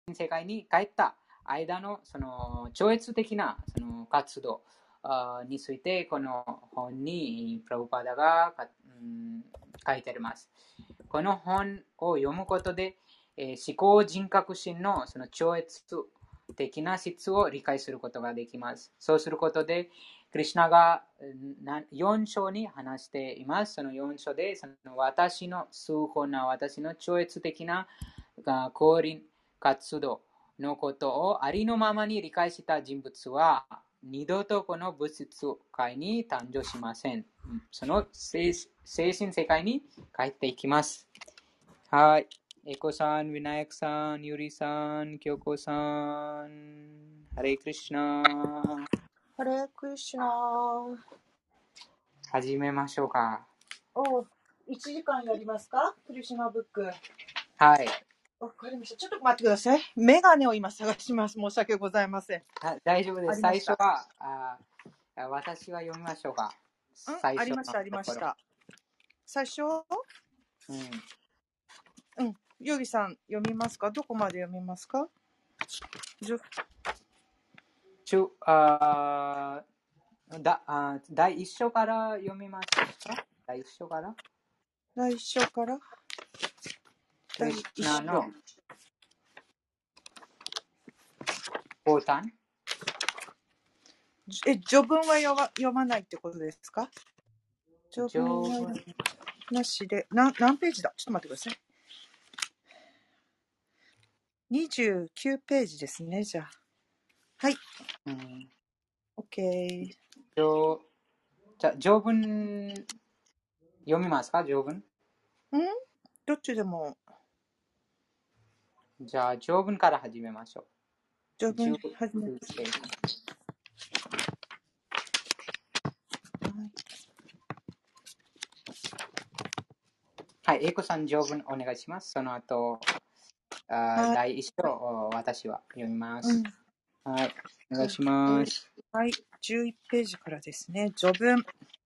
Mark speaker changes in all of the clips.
Speaker 1: 世界に帰った間のその超越的なその活動について、この本にプラブパダが書いてあります。この本を読むことで、思考人格心のその超越的な質を理解することができます。そうすることで、クリシュナが4章に話しています。その4章で、その私の崇高な私の超越的な降臨活動のことをありのままに理解した人物は、二度とこの物質界に誕生しません。その精神世界に帰っていきます。はい。エコさん、ヴィナヤクさん、ユリさん、京子さん、ハレクリシュナ。
Speaker 2: ハレクリシュナ。
Speaker 1: 始めましょうか。
Speaker 2: 1時間やりますか？クリシュナブック。
Speaker 1: はい。
Speaker 2: わかりました。ちょっと待ってください。メガネを今探します。申し訳ございません。
Speaker 1: 大丈夫です。最初は私は読みましょうか。
Speaker 2: ありました、ありました。最初ヨギさん読みますか？どこまで読みますか？
Speaker 1: 第一章から読みますか？第一章からクリシュナのボタン。
Speaker 2: 序文は読まないってことですか？序文はなしで何ページだ？ちょっと待ってください。29ページですね。じゃあはい、OK。
Speaker 1: じゃあ条文読みますか？条文
Speaker 2: どっちでも。
Speaker 1: じゃあ条文から始めましょう。
Speaker 2: 序文始めます。
Speaker 1: はい、エイコさん条文お願いします。その後、第一章私は読みます。はい、お願いします。
Speaker 2: はい、11ページからですね。序文。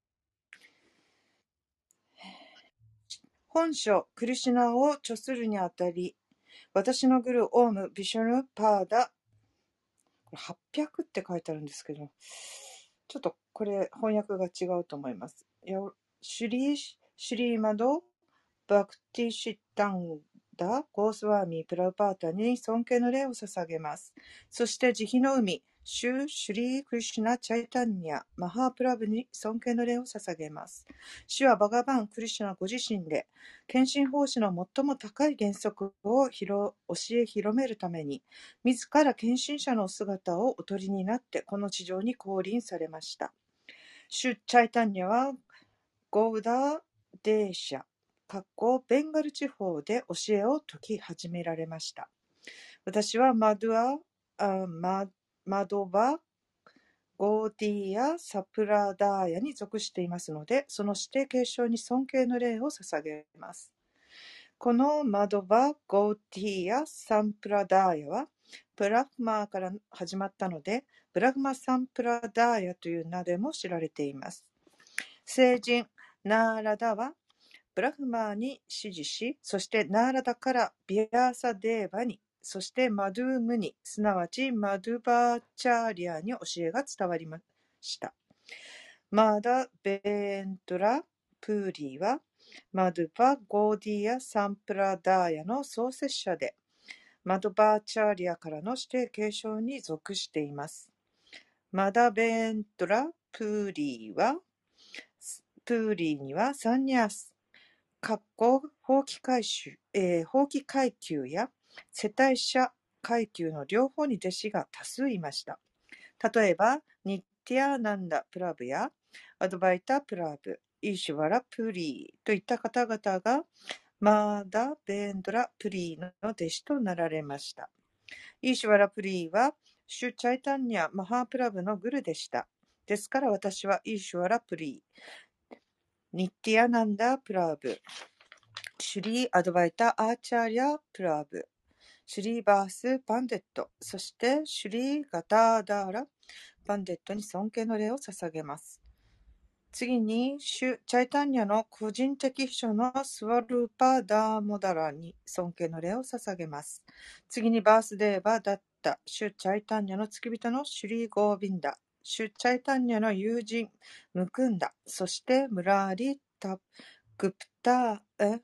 Speaker 2: 本書クリシュナを著するにあたり、私のグルオーム・ビシュヌ・パーダ、これ800って書いてあるんですけど、ちょっとこれ翻訳が違うと思います。シュリーマド・バクティシッタンダ・ゴースワーミー・プラウパータに尊敬の礼を捧げます。そして慈悲の海、シュリー・クリシュナ・チャイタンニャ・マハープラブに尊敬の礼を捧げます。主はバガバン・クリシュナご自身で、献身奉仕の最も高い原則を教え広めるために、自ら献身者の姿をお取りになってこの地上に降臨されました。シュ・チャイタンニャはゴーダーデーシャベンガル地方で教えを説き始められました。私はマドバゴーディア・サプラダーヤに属していますので、その指定継承に尊敬の礼を捧げます。このマドバ・ゴーディア・サンプラダーヤはブラフマーから始まったので、ブラフマ・サンプラダーヤという名でも知られています。聖人ナーラダはブラフマーに指示し、そしてナーラダからビアーサデーバに、そしてマドゥームに、すなわちマドゥバーチャーリアに教えが伝わりました。マダ・ベーントラ・プーリーは、マドゥバ・ゴーディア・サンプラダーヤの創設者で、マドバーチャーリアからの指定継承に属しています。マダ・ベーントラ・プーリーにはサンニャース、法規階級や世帯者階級の両方に弟子が多数いました。例えば、ニッティアナンダ・プラブやアドバイタ・プラブ、イーシュワラ・プリーといった方々がマーダ・ベーンドラ・プリーの弟子となられました。イーシュワラ・プリーはシュ・チャイタンニャ・マハープラブのグルでした。ですから私はイーシュワラ・プリー、ニッティアナンダ・プラブ、シュリー・アドバイタ・アーチャーリア・プラブ、シュリー・バース・パンデット、そしてシュリー・ガターダーラ・パンデットに尊敬の礼を捧げます。 次に、主チャイタンニャの個人的秘書のスワルーパ・ダーモダラに尊敬の礼を捧げます。次にバースデーバーだった主チャイタンニャの付き人のシュリー・ゴービンダ、主チャイタンニャの友人ムクンダ、そしてムラーリ・グプタ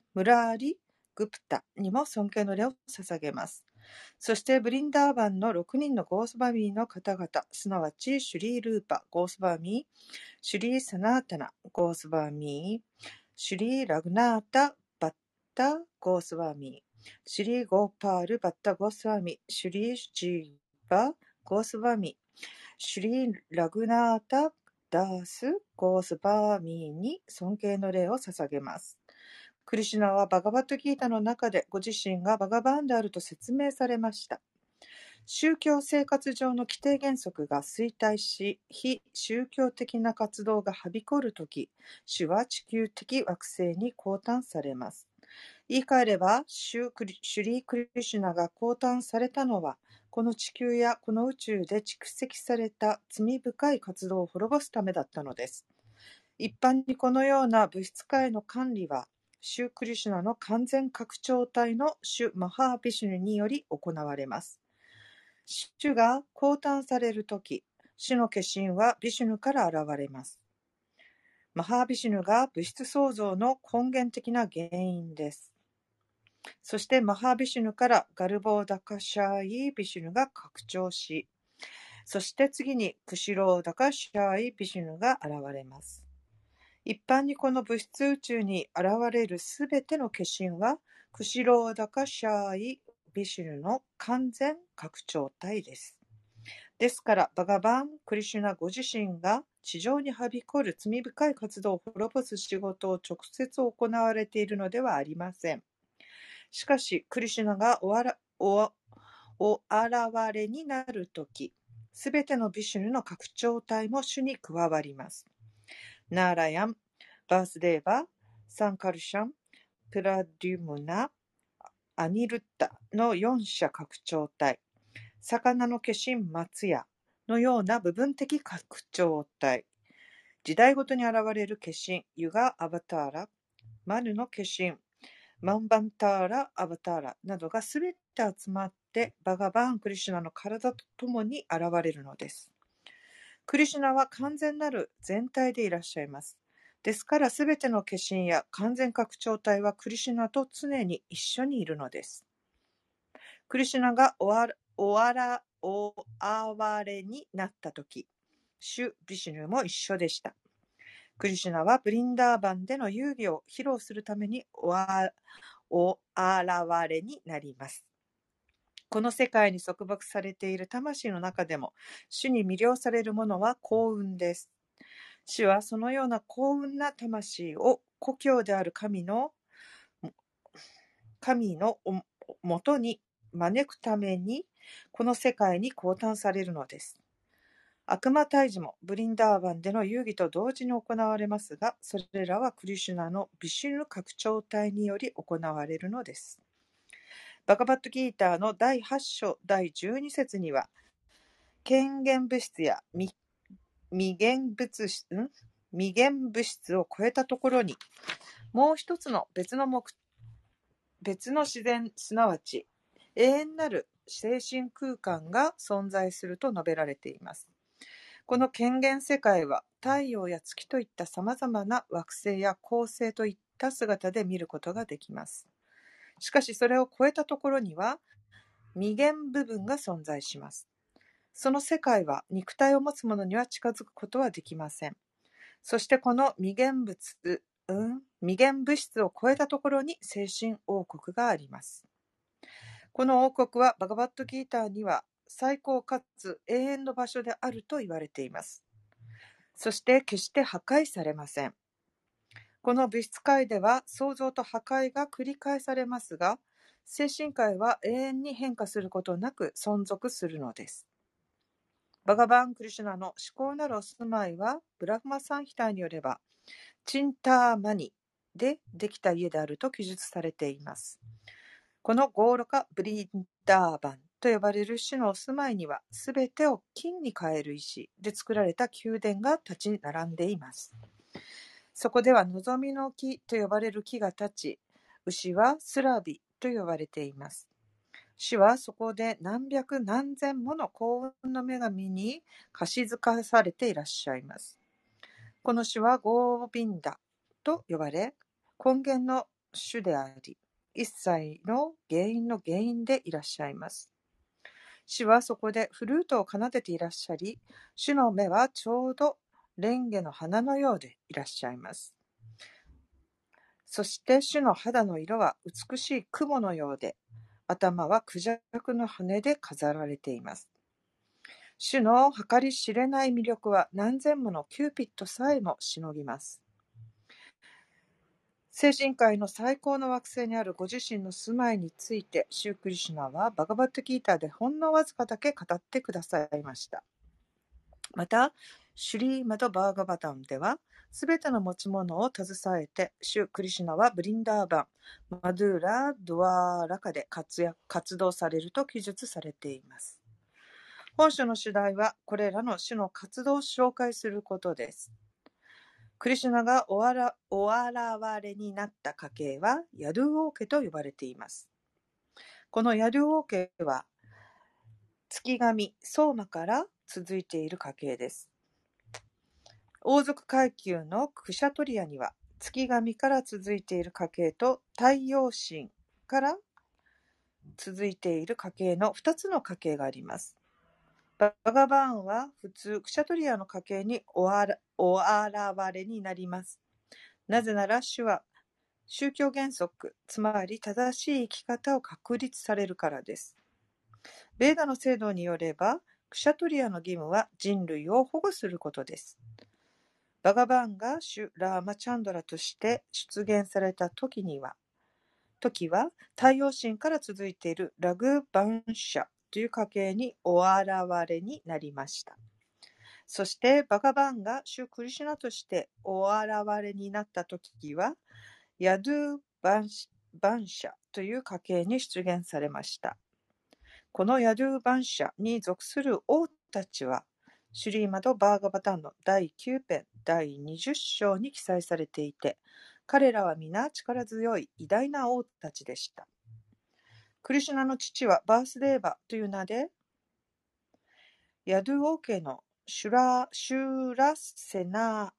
Speaker 2: にも尊敬の礼を捧げます。そしてブリンダーバンの6人のゴースバミーの方々、すなわちシュリー・ルーパ、ゴースバミー、シュリー・サナータナ、ゴースバーミー、シュリー・ラグナータ・バッタ・ゴースバーミー、シュリー・ゴーパール・バッタ・ゴースバーミー、シュリー・ジーバ・ゴースバーミー、シュリー・ラグナータ・ダース・ゴースバーミーに尊敬の礼を捧げます。クリシュナはバガバットギータの中でご自身がバガバーンであると説明されました。宗教生活上の規定原則が衰退し、非宗教的な活動がはびこるとき、主は地球的惑星に降誕されます。言い換えれば、シュリー・クリシュナが降誕されたのは、この地球やこの宇宙で蓄積された罪深い活動を滅ぼすためだったのです。一般にこのような物質界の管理は、シュクリシュナの完全拡張体のシュ・マハービシュヌにより行われます。主が降誕されるとき、主の化身はビシュヌから現れます。マハービシュヌが物質創造の根源的な原因です。そしてマハービシュヌからガルボーダカシャイビシュヌが拡張し、そして次にクシローダカシャイビシュヌが現れます。一般にこの物質宇宙に現れるすべての化身はクシローダカシャイビシュヌの完全拡張体です。ですから、バガバン・クリシュナご自身が地上にはびこる罪深い活動を滅ぼす仕事を直接行われているのではありません。しかし、クリシュナがお現れになるとき、すべてのビシュヌの拡張体も主に加わります。ナーラヤン、バースデーバ、サンカルシャン、プラデュムナ、アニルッタの4者拡張体、魚の化身松屋のような部分的拡張体、時代ごとに現れる化身ユガ・アバターラ、マヌの化身マンバンターラ・アバターラなどがすべて集まってバガバーン・クリシュナの体とともに現れるのです。クリシュナは完全なる全体でいらっしゃいます。ですからすべての化身や完全拡張体はクリシュナと常に一緒にいるのです。クリシュナがお哀れになったとき、主ビシュヌも一緒でした。クリシュナはブリンダーバンでの遊戯を披露するためにお現れになります。この世界に束縛されている魂の中でも、主に魅了されるものは幸運です。主はそのような幸運な魂を故郷である神のもとに招くために、この世界に降誕されるのです。悪魔退治もブリンダーバンでの遊戯と同時に行われますが、それらはクリシュナのビシュヌ拡張体により行われるのです。バガバットギーターの第8章第12節には、権限物質や未限物質を超えたところに、もう一つの別の自然、すなわち永遠なる精神空間が存在すると述べられています。この権限世界は太陽や月といったさまざまな惑星や恒星といった姿で見ることができます。しかしそれを超えたところには未限部分が存在します。その世界は肉体を持つ者には近づくことはできません。そしてこの未限物質を超えたところに精神王国があります。この王国はバガバットギーターには最高かつ永遠の場所であると言われています。そして決して破壊されません。この物質界では創造と破壊が繰り返されますが、精神界は永遠に変化することなく存続するのです。バガバン・クリシュナの思考なるお住まいはブラフマサンヒターによればチンターマニでできた家であると記述されています。このゴーロカ・ブリンダーバンと呼ばれる種のお住まいには、すべてを金に変える石で作られた宮殿が立ち並んでいます。 そこでは望みの木と呼ばれる木が立ち、牛はスラビと呼ばれています。主はそこで何百何千もの幸運の女神に可視づかされていらっしゃいます。この主はゴービンダと呼ばれ、根源の主であり、一切の原因でいらっしゃいます。主はそこでフルートを奏でていらっしゃり、主の目はちょうどレンゲの花のようでいらっしゃいます。そして主の肌の色は美しい雲のようで、頭はクジャクの羽で飾られています。主の計り知れない魅力は何千ものキューピッドさえもしのぎます。精神界の最高の惑星にあるご自身の住まいについて、シュークリシュナはバガバットギーターでほんのわずかだけ語ってくださいました。また、シュリーマドバーガバタンでは、すべての持ち物を携えて、シュクリシュナはブリンダーバン、マドゥーラ・ドワーラカで活動されると記述されています。本書の主題は、これらの種の活動を紹介することです。クリシュナがお現れになった家系は、ヤドゥ王家と呼ばれています。このヤドゥ王家は、月神、ソーマから続いている家系です。王族階級のクシャトリアには、月神から続いている家系と太陽神から続いている家系の2つの家系があります。バガバーンは普通、クシャトリアの家系にお現れになります。なぜなら主は宗教原則、つまり正しい生き方を確立されるからです。ベーダの制度によれば、クシャトリアの義務は人類を保護することです。バガバーンがシュラーマチャンドラとして出現された時は太陽神から続いているラグバンシャという家系にお現れになりました。そしてバガバーンがシュクリシュナとしてお現れになった時はヤドゥバンシャという家系に出現されました。このヤドゥバンシャに属する王たちはシュリーマド・バーガバタンの第9編第20章に記載されていて、彼らは皆力強い偉大な王たちでした。クリシュナの父はバースデーバという名で、ヤドゥ王家のシュラセーナ、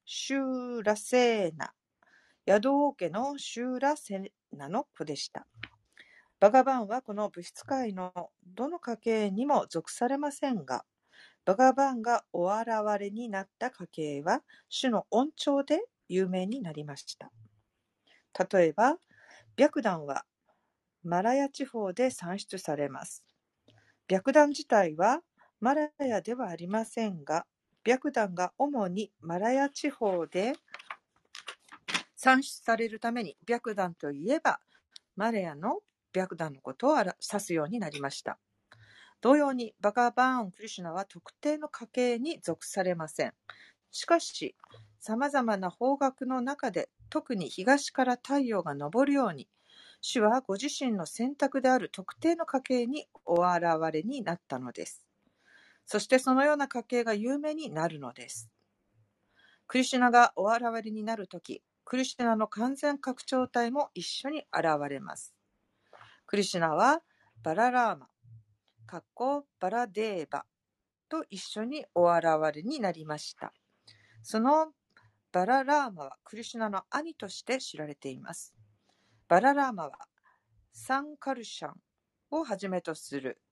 Speaker 2: ヤドゥ王家のシュラセナの子でした。バガバンはこの物質界のどの家系にも属されませんが、バガバンがお現れになった家系は主の恩寵で有名になりました。例えば、白檀はマラヤ地方で産出されます。白檀自体はマラヤではありませんが、白檀が主にマラヤ地方で産出されるために、白檀といえばマラヤの白檀のことを指すようになりました。同様にバガバーン・クリシュナは特定の家系に属されません。しかし、さまざまな方角の中で特に東から太陽が昇るように、主はご自身の選択である特定の家系にお現れになったのです。そしてそのような家系が有名になるのです。クリシュナがお現れになるとき、クリシュナの完全拡張体も一緒に現れます。クリシュナはバララーマ、バラデーバと一緒にお現れになりました。そのバララーマはクリシュナの兄として知られています。バララーマはサンカルシャンをはじめとする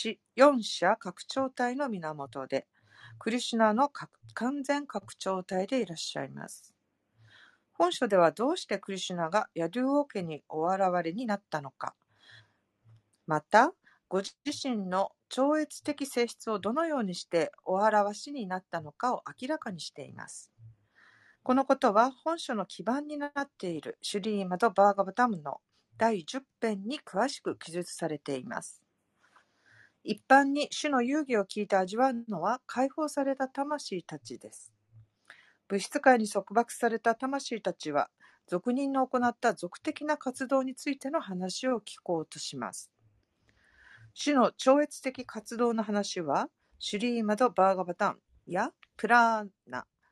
Speaker 2: 4者拡張体の源で、クリシュナの完全拡張体でいらっしゃいます。本書ではどうしてクリシュナがヤドゥ王家にお現れになったのか、またご自身の超越的性質をどのようにしてお表しになったのかを明らかにしています。このことは本書の基盤になっているシュリーマド・バーガバタムの第10編に詳しく記述されています。一般に主の遊戯を聞いて味わうのは解放された魂たちです。物質界に束縛された魂たちは、俗人の行った俗的な活動についての話を聞こうとします。主の超越的活動の話は、シュリーマド・バーガバタンやプラーナ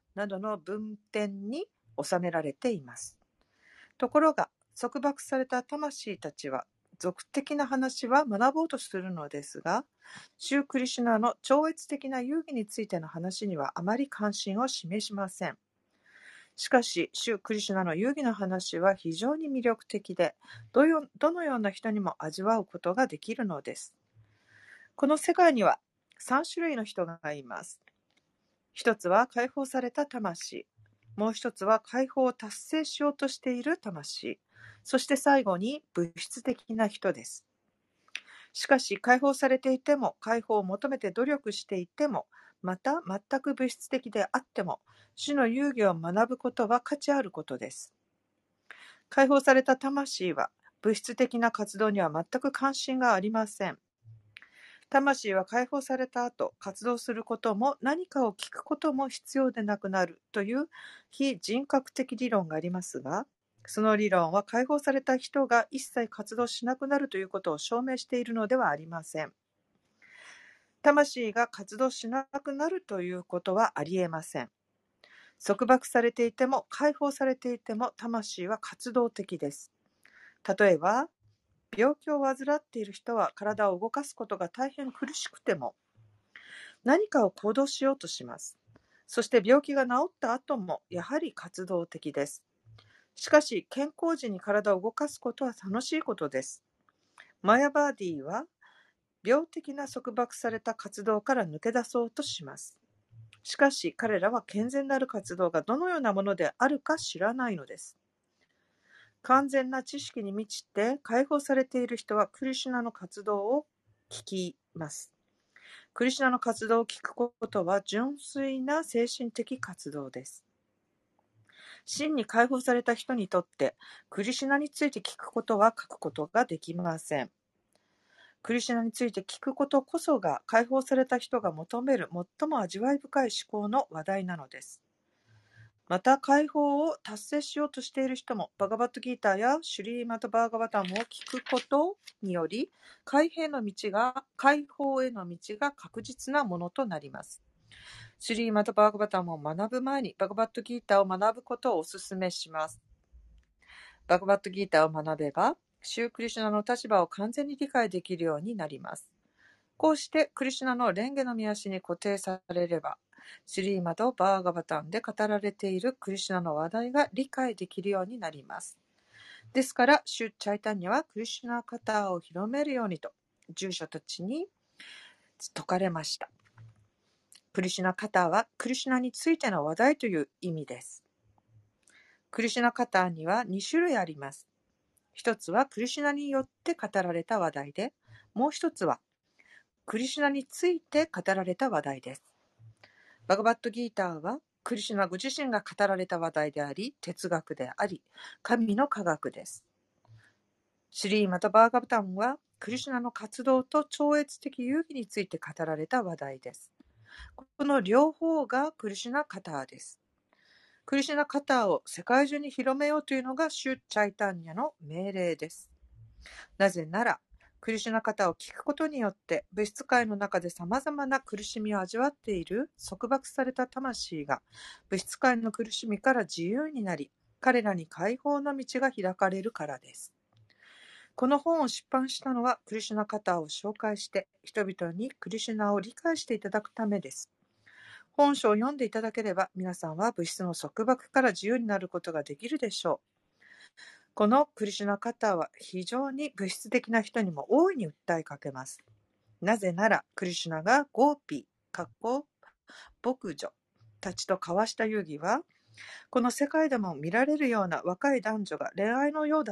Speaker 2: などの文典に収められています。ところが、束縛された魂たちは、俗的な話は学ぼうとするのですが、シュークリシュナの超越的な遊戯についての話にはあまり関心を示しません。しかし、シュークリシュナの遊戯の話は非常に魅力的で、どのような人にも味わうことができるのです。この世界には3種類の人がいます。一つは解放された魂。もう一つは解放を達成しようとしている魂。そして最後に物質的な人です。しかし、解放されていても、解放を求めて努力していても、また全く物質的であっても、主の遊戯を学ぶことは価値あることです。解放された魂は、物質的な活動には全く関心がありません。魂は解放された後、活動することも何かを聞くことも必要でなくなるという非人格的理論がありますが、その理論は解放された人が一切活動しなくなるということを証明しているのではありません。魂が活動しなくなるということはありえません。束縛されていても解放されていても魂は活動的です。例えば、病気を患っている人は体を動かすことが大変苦しくても何かを行動しようとします。そして病気が治った後もやはり活動的です。しかし健康時に体を動かすことは楽しいことです。マヤバーディは病的な束縛された活動から抜け出そうとします。しかし彼らは健全なる活動がどのようなものであるか知らないのです。完全な知識に満ちて解放されている人はクリシュナの活動を聞きます。クリシュナの活動を聞くことは純粋な精神的活動です。真に解放された人にとって、クリシュナについて聞くことは書くことができません。クリシュナについて聞くことこそが解放された人が求める最も味わい深い思考の話題なのです。また、解放を達成しようとしている人も、バガバットギーターやシュリーマトバーガバタンを聞くことにより、解放への道が確実なものとなります。シュリーマトバーガバタンを学ぶ前に、バガバットギーターを学ぶことをお勧めします。バガバットギーターを学べば、シュークリシュナの立場を完全に理解できるようになります。こうしてクリシュナの蓮華の御足に固定されれば、シュリーマド・バーガバタンで語られているクリシュナの話題が理解できるようになります。ですから、シュ・チャイタンニャはクリシュナカターを広めるようにと、従者たちに説かれました。クリシュナカターはクリシュナについての話題という意味です。クリシュナカターには2種類あります。一つはクリシュナによって語られた話題で、もう一つはクリシュナについて語られた話題です。バガバットギーターはクリシュナご自身が語られた話題であり、哲学であり、神の科学です。シュリーマタバーガバタンはクリシュナの活動と超越的遊戯について語られた話題です。この両方がクリシュナカターです。クリシュナカターを世界中に広めようというのがシュ・チャイタンニャの命令です。なぜなら、クリシュナカターを聞くことによって物質界の中で様々な苦しみを味わっている束縛された魂が物質界の苦しみから自由になり、彼らに解放の道が開かれるからです。この本を出版したのはクリシュナカターを紹介して人々にクリシュナを理解していただくためです。本書を読んでいただければ皆さんは物質の束縛から自由になることができるでしょう。このクリシュナカターは非常に物質的な人にも大いに訴えかけます。なぜなら、クリシュナがゴーピー、牧女たちと交わした遊戯は、この世界でも見られるような若い男女の恋愛のようだ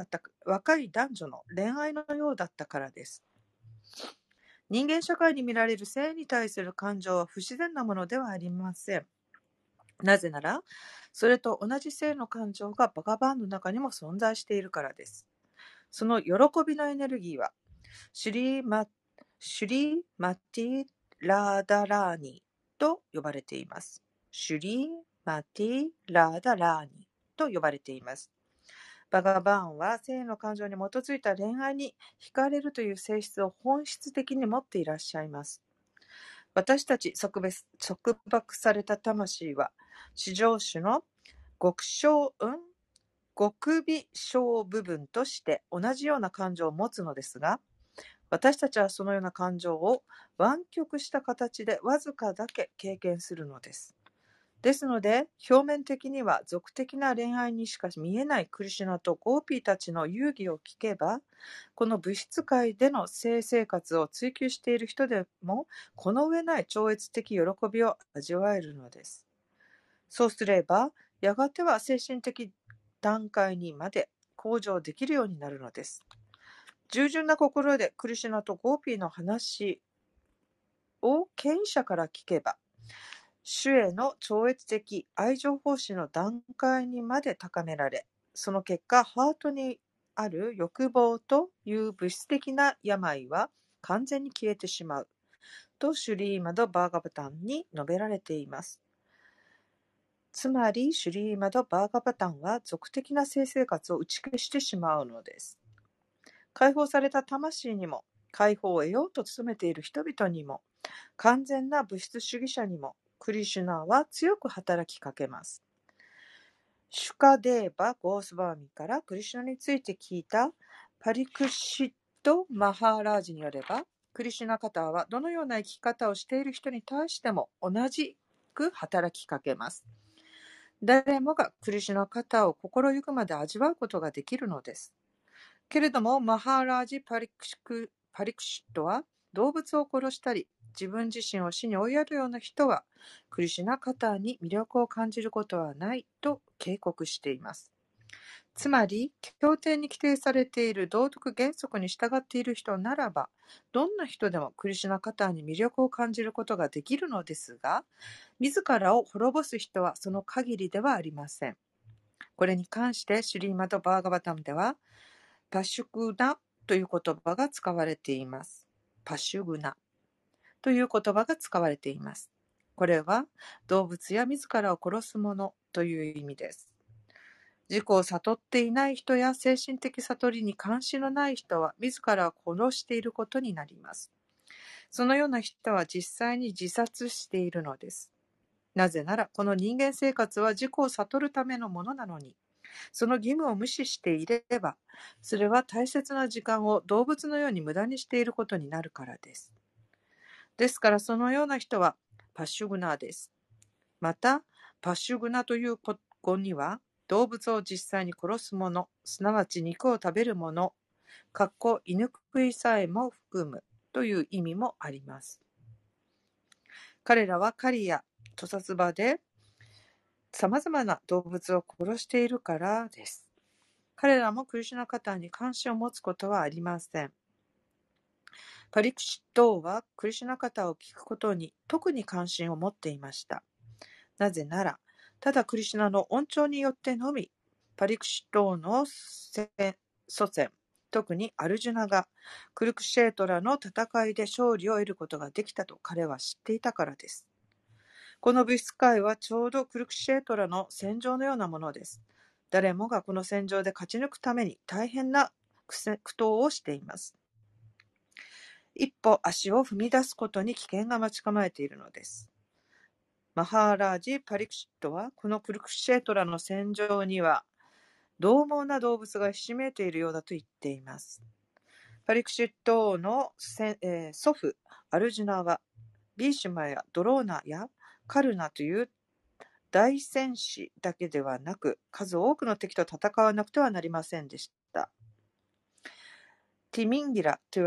Speaker 2: ったからです。人間社会に見られる性に対する感情は不自然なものではありません。なぜなら、それと同じ性の感情がバガバーンの中にも存在しているからです。その喜びのエネルギーは、シュリーマティ・ラーダラーニと呼ばれています。シュリーマティ・ラーダラーニと呼ばれています。バガバーンは性の感情に基づいた恋愛に惹かれるという性質を本質的に持っていらっしゃいます。私たち束縛された魂は、 至上主の極微小部分として同じような感情を持つのですが、私たちはそのような感情を湾曲した形でわずかだけ経験するのです。ですので、表面的には俗的な恋愛にしか見えないクリシュナとゴーピーたちの遊戯を聞けば、この物質界での性生活を追求している人でも、この上ない超越的喜びを味わえるのです。そうすれば、やがては精神的段階にまで向上できるようになるのです。従順な心でクリシュナとゴーピーの話を権威者から聞けば、主への超越的愛情奉仕の段階にまで高められ、その結果、ハートにある欲望という物質的な病は完全に消えてしまうとシュリーマド・バーガバタンに述べられています。つまり、シュリーマド・バーガバタンは俗的な性生活を打ち消してしまうのです。解放された魂にも、解放を得ようと努めている人々にも、完全な物質主義者にも、クリシュナは強く働きかけます。シュカデーバ・ゴースバーミからクリシュナについて聞いたパリクシット・マハーラージによれば、クリシュナ方はどのような生き方をしている人に対しても同じく働きかけます。誰もがクリシュナ方を心ゆくまで味わうことができるのです。けれども、マハーラージ・パリクシットは動物を殺したり、自分自身を死に追いやるような人は、クリシュナ方に魅力を感じることはないと警告しています。つまり、経典に規定されている道徳原則に従っている人ならば、どんな人でもクリシュナ方に魅力を感じることができるのですが、自らを滅ぼす人はその限りではありません。これに関してシュリーマド・バーガバタムでは、パシュグナという言葉が使われています。パシュグナという言葉が使われています。これは動物や自らを殺す者という意味です。自己を悟っていない人や精神的悟りに関心のない人は自らを殺していることになります。そのような人は実際に自殺しているのです。なぜならこの人間生活は自己を悟るためのものなのに、その義務を無視していれば、それは大切な時間を動物のように無駄にしていることになるからです。ですからそのような人はパシュグナです。また、パシュグナという語には、動物を実際に殺すもの、すなわち肉を食べるもの、犬食いさえも含むという意味もあります。彼らは狩りや屠殺場で様々な動物を殺しているからです。彼らもクリシュナ方に関心を持つことはありません。パリクシット王はクリシュナ方を聞くことに特に関心を持っていました。なぜなら、ただクリシュナの恩寵によってのみ、パリクシット王の祖先、特にアルジュナがクルクシェートラの戦いで勝利を得ることができたと彼は知っていたからです。この物質界はちょうどクルクシェートラの戦場のようなものです。誰もがこの戦場で勝ち抜くために大変な苦闘をしています。一歩足を踏み出すことに危険が待ち構えているのです。マハーラージ・パリクシットはこのクルクシェートラの戦場には獰猛な動物がひしめいているようだと言っています。パリクシット王の祖父アルジュナはビーシュマやドローナやカルナという大戦士だけではなく、数多くの敵と戦わなくてはなりませんでした。ティミンギラと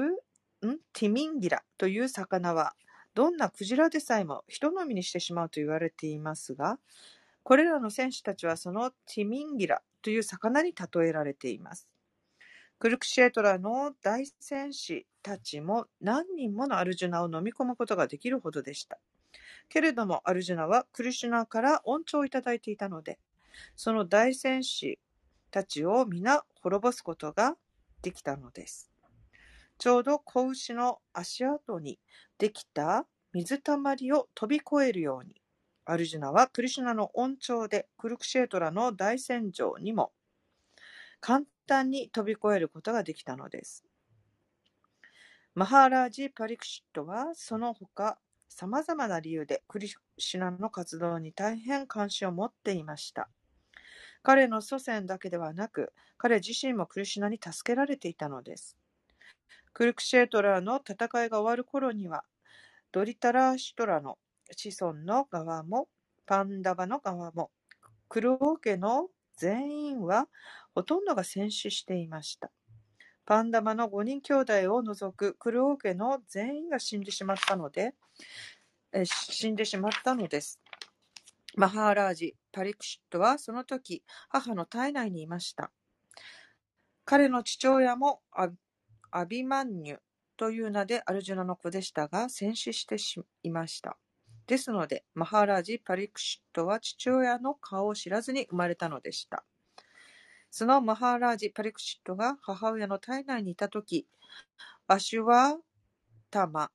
Speaker 2: いう魚は、どんなクジラでさえも人飲みにしてしまうと言われていますが、これらの戦士たちはそのティミンギラという魚に例えられています。クルクシェートラの大戦士たちも何人ものアルジュナを飲み込むことができるほどでした。けれどもアルジュナはクリシュナから恩寵をいただいていたので、その大戦士たちを皆滅ぼすことができたのです。ちょうど子牛の足跡にできた水たまりを飛び越えるように、アルジュナはクリシュナの恩寵でクルクシェートラの大戦場にも簡単に飛び越えることができたのです。マハーラージ・パリクシットはその他様々な理由でクリシュナの活動に大変関心を持っていました。彼の祖先だけではなく、彼自身もクリシュナに助けられていたのです。クルクシェートラの戦いが終わる頃には、ドリタラシュトラの子孫の側も、パンダバの側も、クルオ家の全員はほとんどが戦死していました。パンダバの5人兄弟を除くクルオ家の全員が死んでしまったのです。マハーラージ・パリクシットはその時、母の体内にいました。彼の父親もアビマンニュという名でアルジュナの子でしたが、戦死していました。ですので、マハーラージ・パリクシットは父親の顔を知らずに生まれたのでした。そのマハーラージ・パリクシットが母親の体内にいたとき、アシュワタマ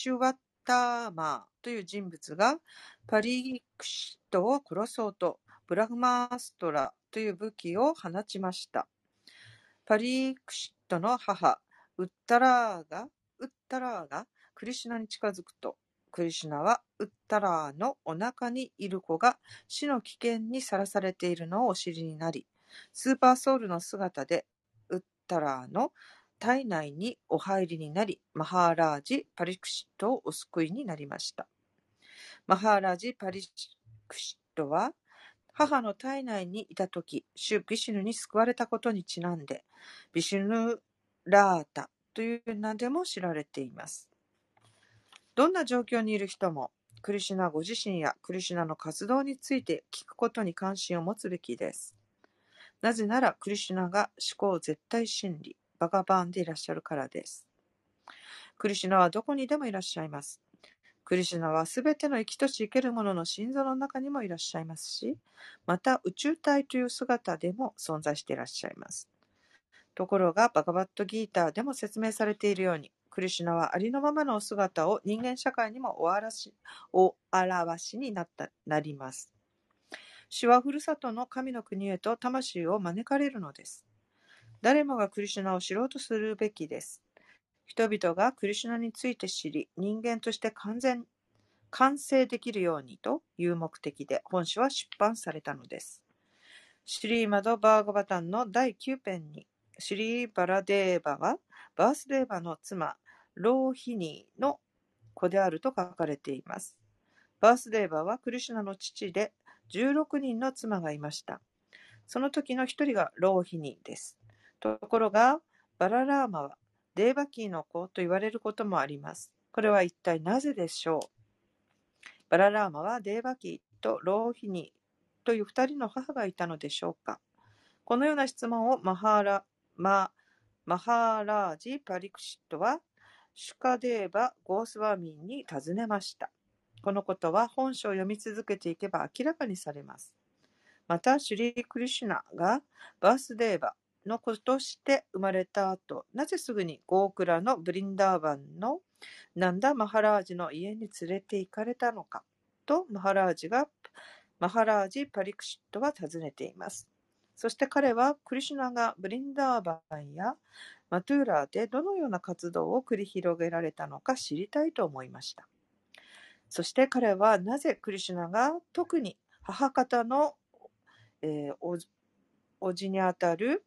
Speaker 2: という人物がパリクシットを殺そうとブラフマーストラという武器を放ちました。パリクシットの母ウッタラーがクリシュナに近づくと、クリシュナはウッタラーのお腹にいる子が死の危険にさらされているのをお知りになり、スーパーソウルの姿でウッタラーの体内にお入りになり、マハーラージ・パリクシットをお救いになりました。マハーラージ・パリクシットは母の体内にいたとき、主ビシュヌに救われたことにちなんで、ビシュヌラータという名でも知られています。どんな状況にいる人も、クリシュナご自身やクリシュナの活動について聞くことに関心を持つべきです。なぜなら、クリシュナが思考絶対真理、バガバーンでいらっしゃるからです。クリシュナはどこにでもいらっしゃいます。クリシュナはすべての生きとし生けるものの心臓の中にもいらっしゃいますし、また宇宙体という姿でも存在していらっしゃいます。ところが、バガバットギーターでも説明されているように、クリシュナはありのままのお姿を人間社会にもお表しになります。主はふるさとの神の国へと魂を招かれるのです。誰もがクリシュナを知ろうとするべきです。人々がクリシュナについて知り、人間として完成できるようにという目的で本書は出版されたのです。シュリーマド・バーガバタンの第9編に、シュリー・バラデーバはバースデーバの妻、ローヒニーの子であると書かれています。バースデーバはクリシュナの父で16人の妻がいました。その時の一人がローヒニーです。ところが、バララーマはデーバキーの子と言われることもあります。これは一体なぜでしょう。バララーマはデーバキーとローヒニーという二人の母がいたのでしょうか。このような質問をマハーラージ・パリクシットはシュカデーバ・ゴースワミンに尋ねました。このことは本書を読み続けていけば明らかにされます。また、シュリー・クリシュナがバースデーバの子として生まれた後、なぜすぐにゴークラのブリンダーバンのナンダ・マハラージの家に連れて行かれたのかとマハラージ・パリクシットは尋ねています。そして彼はクリシュナがブリンダーバンやマトゥーラーでどのような活動を繰り広げられたのか知りたいと思いました。そして彼はなぜクリシュナが特に母方のおじにあたる、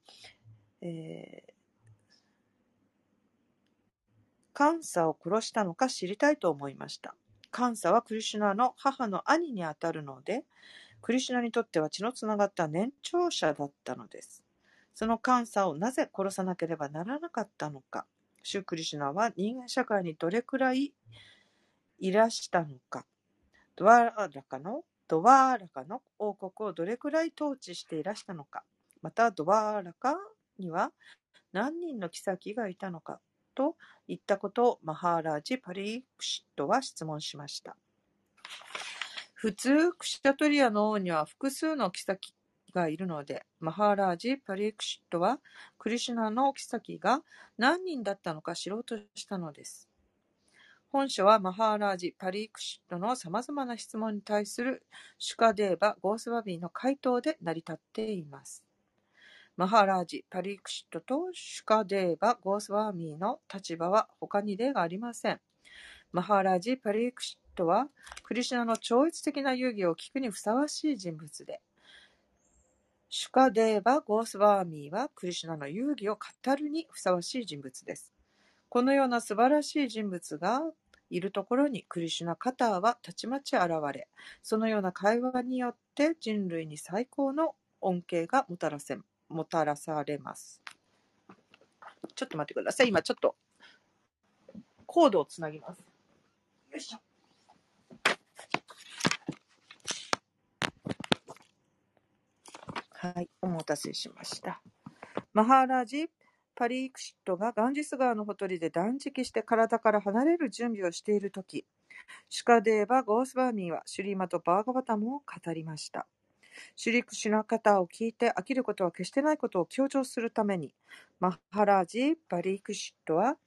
Speaker 2: カンサを殺したのか知りたいと思いました。カンサはクリシュナの母の兄にあたるので、クリシュナにとっては血のつながった年長者だったのです。そのカンサをなぜ殺さなければならなかったのか。シュクリシュナは人間社会にどれくらいいらしたのか。ドワーラカの王国をどれくらい統治していらしたのか。またドワーラカには何人の妃がいたのかといったことをマハーラージ・パリクシットは質問しました。普通、クシャトリアの王には複数の妃がいるので、マハーラージ・パリクシットはクリシュナの妃が何人だったのか知ろうとしたのです。本書はマハーラージ・パリクシットの様々な質問に対するシュカデーバ・ゴースワビーの回答で成り立っています。マハーラージ・パリクシットとシュカデーバ・ゴースワミーの立場は他に例がありません。マハーラージ・パリクシットトはクリシュナの超越的な遊戯を聞くにふさわしい人物で、シュカデーバ・ゴースワーミーはクリシュナの遊戯を語るにふさわしい人物です。このような素晴らしい人物がいるところにクリシュナカターはたちまち現れ、そのような会話によって人類に最高の恩恵がもたらされます。ちょっと待ってください。今ちょっとコードをつなぎます。よいしょ。はい、お待たせしました。マハーラジ・パリークシットがガンジス川のほとりで断食して体から離れる準備をしているとき、シュカデーバ・ゴースバーミーはシュリーマとバーガバタムを語りました。シュリクシュナカターを聞いて飽きることは決してないことを強調するために、マハラジ・パリークシットは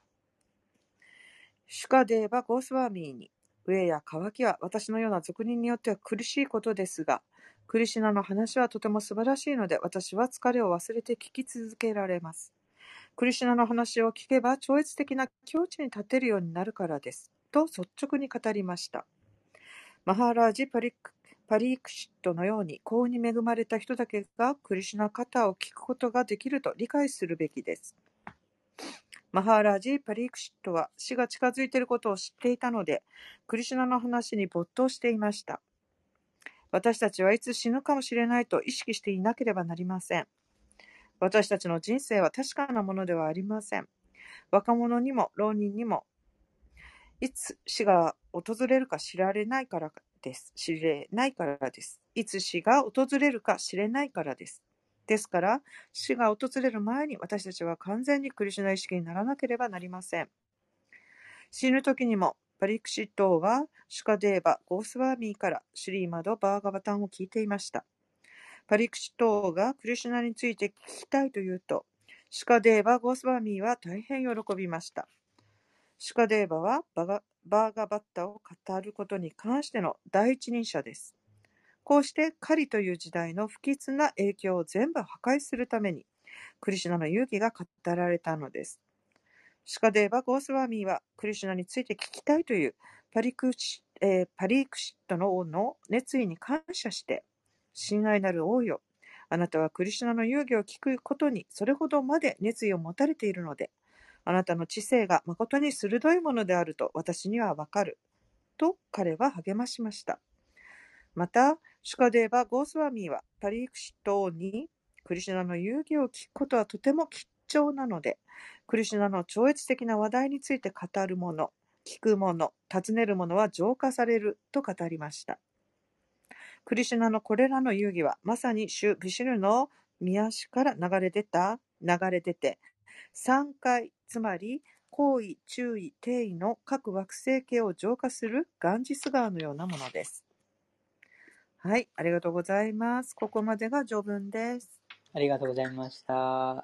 Speaker 2: シュカデーバ・ゴースバーミーに、飢えや渇きは私のような俗人によっては苦しいことですが、クリシュナの話はとても素晴らしいので、私は疲れを忘れて聞き続けられます。クリシュナの話を聞けば超越的な境地に立てるようになるからです。と率直に語りました。マハーラージ・パリークシットのように幸運に恵まれた人だけがクリシュナカターを聞くことができると理解するべきです。マハーラージ・パリークシットは死が近づいていることを知っていたので、クリシュナの話に没頭していました。私たちはいつ死ぬかもしれないと意識していなければなりません。私たちの人生は確かなものではありません。若者にも老人にも、いつ死が訪れるか知れないからです。いつ死が訪れるか知れないからです。ですから、死が訪れる前に私たちは完全にクリシュナ意識にならなければなりません。死ぬ時にも、パリクシット王はシュカデーバ・ゴースワーミーからシュリーマド・バーガバタンを聞いていました。パリクシット王がクリシュナについて聞きたいと言うと、シュカデーバ・ゴースワーミーは大変喜びました。シュカデーバはバーガバッタを語ることに関しての第一人者です。こうしてカリという時代の不吉な影響を全部破壊するために、クリシュナの勇気が語られたのです。シュカデーバ・ゴースワーミーはクリシュナについて聞きたいというパリークシットの王の熱意に感謝して、親愛なる王よ、あなたはクリシュナの遊戯を聞くことにそれほどまで熱意を持たれているので、あなたの知性が誠に鋭いものであると私にはわかる。と彼は励ましました。また、シュカデーバ・ゴースワミーはパリークシット王にクリシュナの遊戯を聞くことはとても貴重なので、クリシュナの超越的な話題について語るもの、聞くもの、尋ねるものは浄化されると語りました。クリシュナのこれらの遊戯はまさに主ビシュヌの御足から流れ出て、3回、つまり行為、注意、定位の各惑星系を浄化するガンジス川のようなものです。はい、ありがとうございます。ここまでが序文です。
Speaker 1: ありがとうございました。
Speaker 2: はい。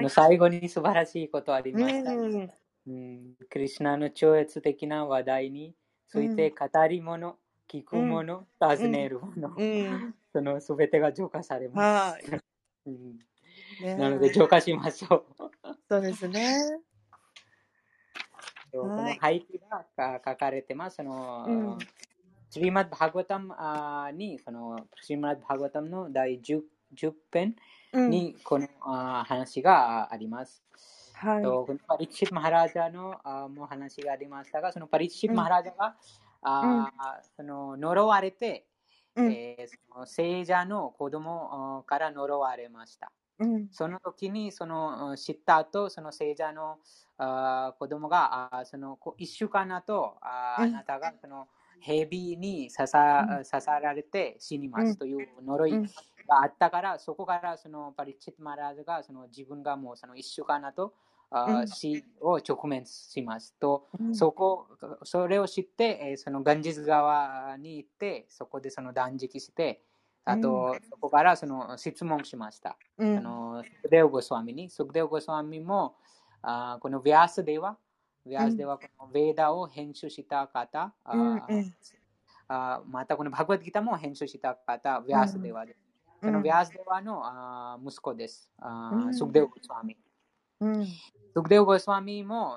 Speaker 1: 最後に素晴らしいことありました。
Speaker 2: うん
Speaker 1: クリシュナの超越的な話題について語り物、聞くもの、尋ねるもの、そのすべてが浄化されます。なので浄化しましょう。
Speaker 2: そうですね。
Speaker 1: この背景が書かれてます。シリマッド・バーガバタムに、シリマッド・バーガバタムの第 10編にこの話があります。このパリッシット・マハラジャのも話がありましたが、そのパリッシット・マハラジャが呪われて、その聖者の子供から呪われました。その時に知った後、その聖者の子供が1週間後、あなたが蛇に刺さられて死にますという呪いがあったから、そこからパリッチット・マラージャが自分がもう1週間後、死を直面しますと、それを知って、ガンジス川に行って、そこで断食して、あと、そこから質問しました。スクデオ・ゴスワミに。スクデオ・ゴスワミも、このヴィアスデワ、このヴェーダを編集した方、またこのバグワッドギターも編集した方、ヴィアスデワです。そのヴィアスデワの息子です。スクデオ・ゴスワミ。 スクデオ・ゴスワミも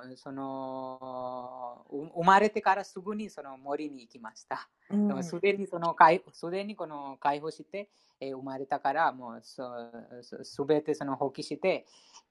Speaker 1: 生まれてからすぐにその森に行きました。すでにこの解放して、生まれたからもうすべてその放棄して、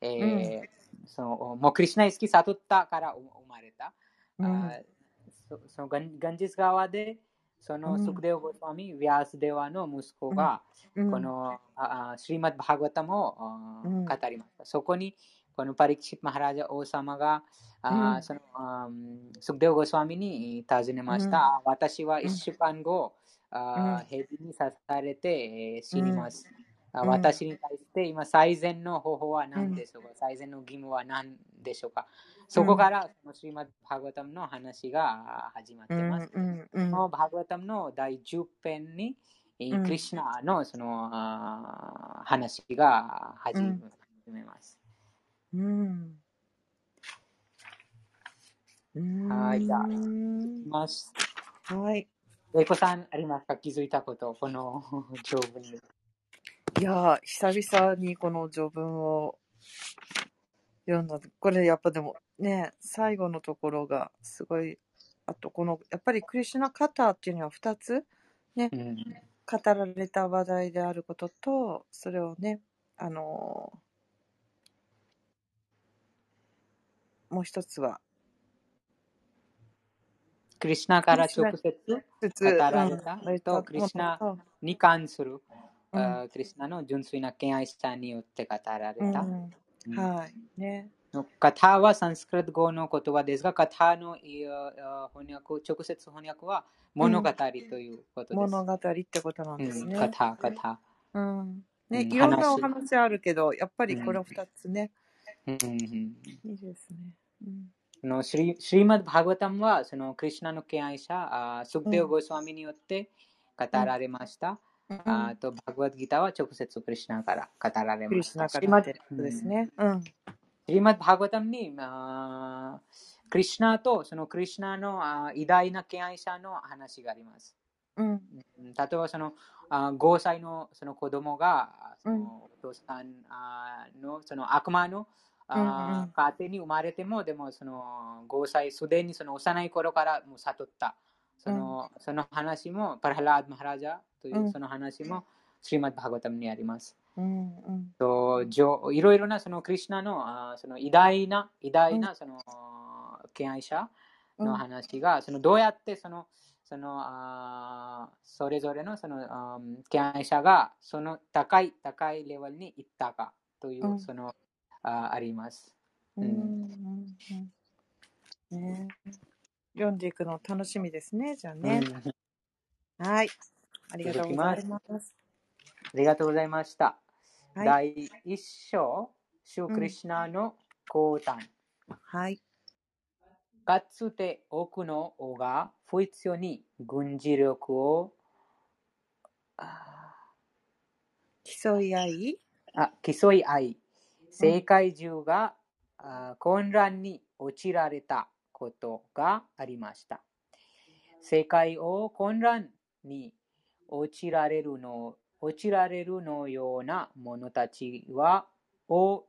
Speaker 1: もうクリシュナ意識悟ったから生まれた。そのガンジス川でそのスクデオ・ゴスワミ、ヴィアスデワの息子が、このシリマッバーガタムを語りました。そこにこのパリキシット・マハラジャ王様がそのスクデオ・ゴスワミに尋ねました。私は1週間後、蛇に刺されて、死にます。私に対して今最善の方法は何でしょうか、最善の義務は何でしょうか。そこからそのシリマッバーガタムの話が始まってます。このバーガタムの第10編にクリシナのその話が始めます。はい、じゃあ、いきます。
Speaker 2: はい。
Speaker 1: レイコさん、ありますか？気づいたこと、この条文で。
Speaker 2: いやー、久々にこの序文を読んだ。これやっぱでもね、最後のところがすごい、あとこの、やっぱりクリシュナカターっていうのは2つね、語られた話題であることと、それをね、もう一つは、
Speaker 1: クリシナから直接語られたと、クリシナに関する、クリシナの純粋な敬愛さによって語られた。
Speaker 2: はいね。
Speaker 1: カタはサンスクリット語の言葉ですが、カタの翻訳、直接翻訳は物語ということです。
Speaker 2: 物語ってことなんですね。
Speaker 1: カタ。
Speaker 2: ね、いろんなお話あるけど、やっぱりこれ2つね。いいですね。
Speaker 1: シリマッバーガタムはそのクリシュナの敬愛者、スクデオ・ゴスワミによって語られました。バーガッギターは直接クリシュナから語られました。
Speaker 2: シリマッ
Speaker 1: バーガタムにクリシュナとそのクリシュナの偉大な敬愛者の話があります。例えばその5歳のその子供がそのお父さんのその悪魔の家庭に生まれても、でもその5歳すでにその幼い頃からもう悟ったその話もパラハラード・マハラジャというその話もシリマッバーガタムにあります。いろいろなそのクリシュナのその偉大なその敬愛者の話がそのどうやってそれぞれのその敬愛者がその高いレベルに行ったかというそのあります。
Speaker 2: 読んでいくの楽しみですね。じゃあね。はい。ありがとうございます。
Speaker 1: ありがとうございました。第1章、シュークリシュナの講談。
Speaker 2: はい。
Speaker 1: かつて多くの王が不必要に軍事力を
Speaker 2: 競い合い、
Speaker 1: 世界中が混乱に陥られたことがありました。世界を混乱に陥られるのような者たちはを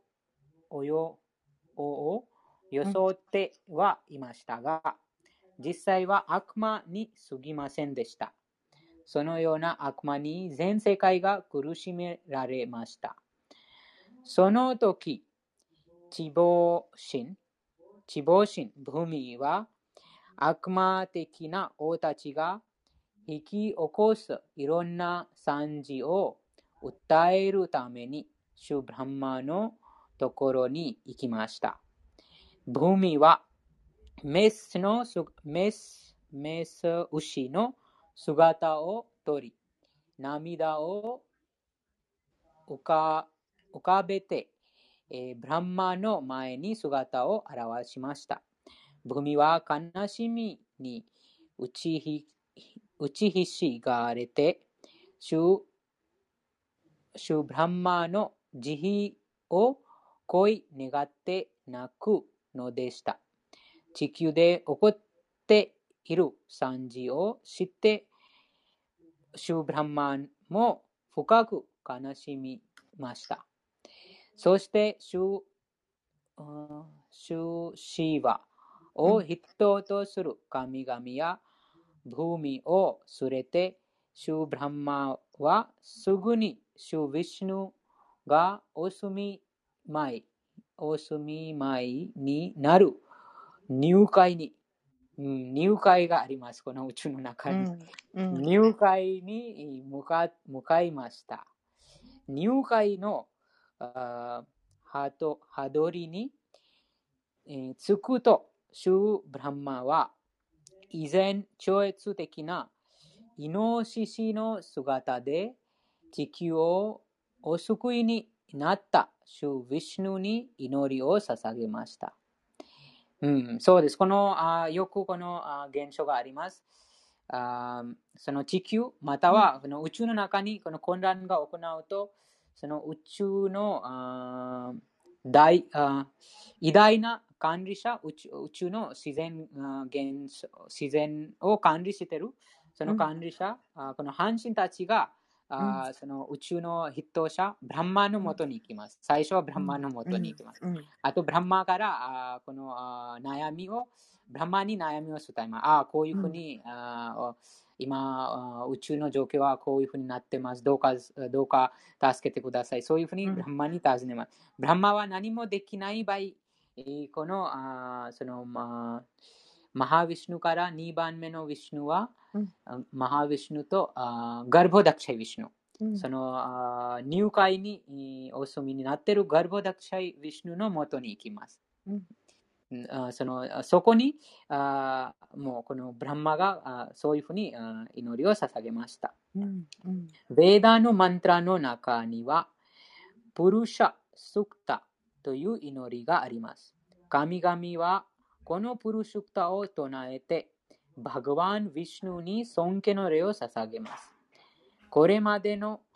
Speaker 1: 装ってはいましたが、実際は悪魔に過ぎませんでした。そのような悪魔に全世界が苦しめられました。その時、地方神ブーミは悪魔的な王たちが引き起こすいろんな惨事を訴えるためにシュブランマのところに行きました。ブーミはメス牛の姿をとり、涙を浮かべて、ブランマの前に姿を現しました。ブーミは悲しみに打ちひしがれて、シュブランマの慈悲を恋願って泣くのでした。地球で起こっている惨事を知って、シュブランマンも深く悲しみました。そしてシュシュシーバを筆頭とする神々やブーミを連れて、シュブランマはすぐにシュヴィシュヌがお住まいになる入会に、入会があります。この宇宙の中に。入会に向かいました。入会のハドリに、着くと、シュブランマは以前超越的なイノシシの姿で地球をお救いになったシュヴィシュヌに祈りを捧げました。そうです。よくこの現象があります。その地球またはこの宇宙の中にこの混乱が行うと、その宇宙の偉大な管理者、宇宙の自然を管理しているその管理者、この半身たちがその宇宙の筆頭者、ブランマのもとに行きます。最初はブランマのもとに行きます。あと、ブランマからこのブランマに悩みを伝えます。こういうふうに今、宇宙の状況はこういうふうになってます。どうか助けてください。そういうふうにブランマに尋ねます。ブランマは何もできない場合、このそのマハヴィシュヌから2番目のヴィシュヌは、マハヴィシュヌとガルボダクシャイヴィシュヌ、その入会にお住みになっているガルボダクシャイヴィシュヌのもとに行きます。そこにもうこのブランマがそういうふうに祈りを捧げました。ベーダのマントラの中にはプルシャ・スクタという祈りがあります。神々はこのプルシュクタを唱えてバガワン・ヴィシュヌに尊敬の礼を捧げます。これまでの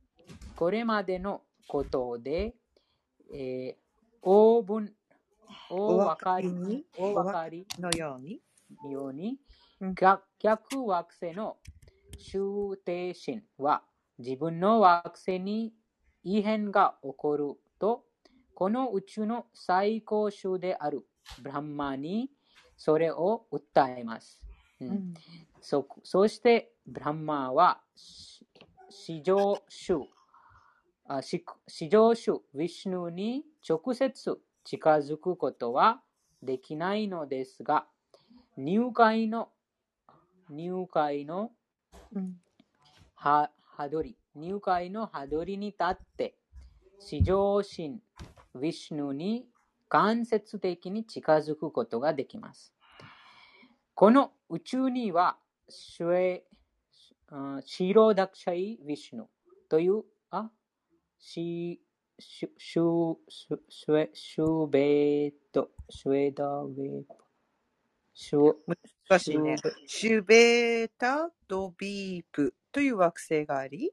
Speaker 1: ことで、お分かり
Speaker 2: のように、
Speaker 1: 逆惑星の周底神は自分の惑星に異変が起こると、この宇宙の最高種であるブランマにそれを訴えます。そしてブランマは至上主ヴィシュヌに直接近づくことはできないのですが、入会のハドリに立って至上神ヴィシュヌに間接的に近づくことができます。この宇宙にはシーロダクシャイヴィシュヌというシュベ
Speaker 2: ータ・ドビープという惑星があり、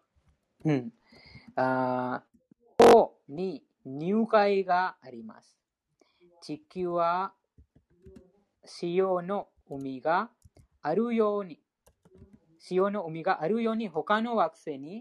Speaker 1: ここに入会があります。地球は潮の海があるように他の惑星に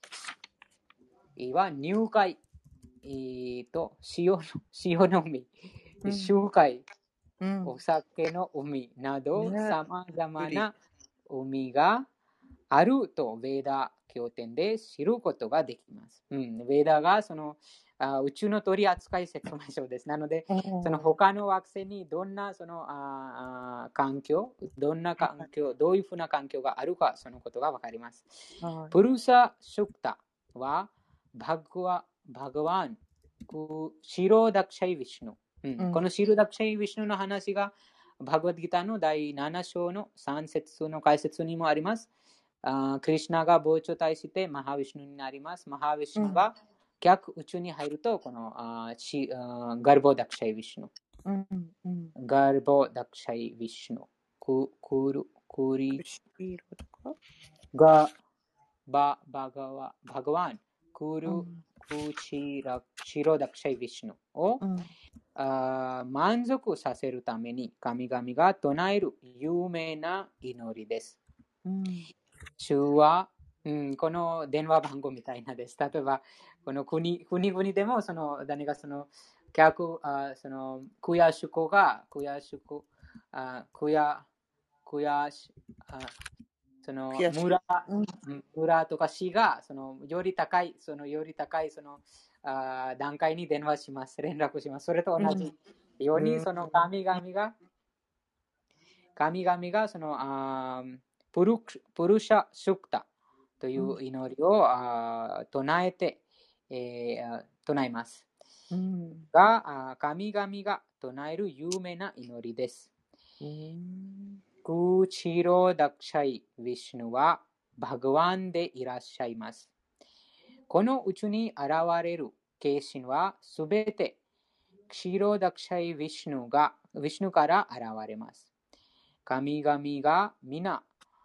Speaker 1: は入会と潮の海、周海、お酒の海などさまざまな海があるとベーダ経典で知ることができます。ベーダがその宇宙の取扱説明書です。なので、その他の惑星にどんなその環境、どういうふうな環境があるか、そのことがわかります。プルサ・シュクタはバガワン、シロダクシャイ・ヴィシュヌ。このシロダクシャイ・ヴィシュヌの話がバグワッドギターの第7章の3節の解説にもあります。クリシュナが膨張体してマハヴィシュヌになります。マハヴィシュヌが逆宇宙に入ると、このガルボダクシャイ・ヴィシュヌ。ガルボダクシャイ・ヴィシュヌ。クリガバガワン、シロダクシャイ・ヴィシュヌを満足させるために神々が唱える有名な祈りです。主は、この電話番号みたいなです。例えば、この国々でも誰がそのその悔しくが、悔しく、悔し、その
Speaker 2: 悔しく。
Speaker 1: 村とか市がより高い段階に電話します、連絡します。それと同じように、その神々がプルシャシュクタという祈りを唱えます。が神々が唱える有名な祈りです。クチロダクシャイ・ヴィシュヌはバグワンでいらっしゃいます。このうちに現れる化身はすべてクシロダクシャイ・ヴィシュヌから現れます。神々がみんな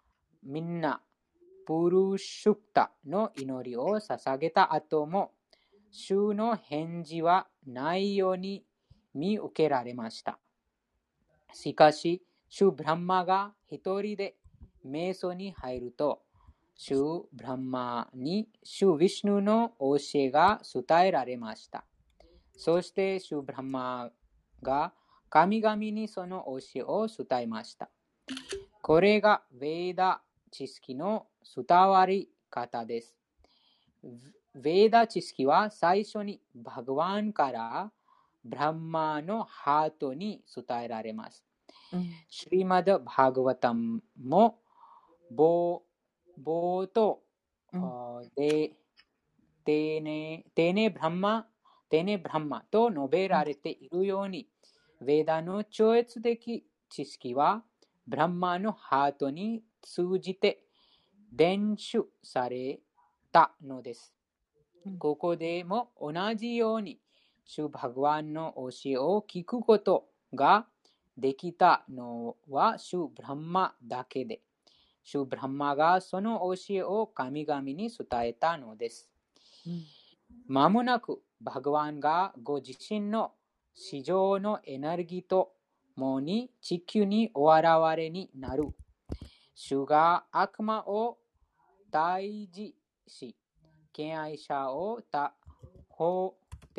Speaker 1: プルシュクタの祈りを捧げた後も、主の返事はないように見受けられました。しかし、主ブランマが一人で瞑想に入ると、主ブランマに主ヴィシュヌの教えが伝えられました。そして主ブランマが神々にその教えを伝えました。これがヴェーダ知識の伝わり方です。ヴェーダ知識は最初にバグワンからブランマのハートに伝えられます。シュリマダ・バーガヴァタムも冒頭でテネブランマと述べられているように、ヴェーダの超越的知識はブランマのハートに通じて伝授されたのです。ここでも同じように、主バグワンの教えを聞くことができたのは主ブランマだけで、主ブランマがその教えを神々に伝えたのです。まもなくバグワンがご自身の市場のエネルギーともに地球にお現れになる。主が悪魔を退治し、敬愛者を保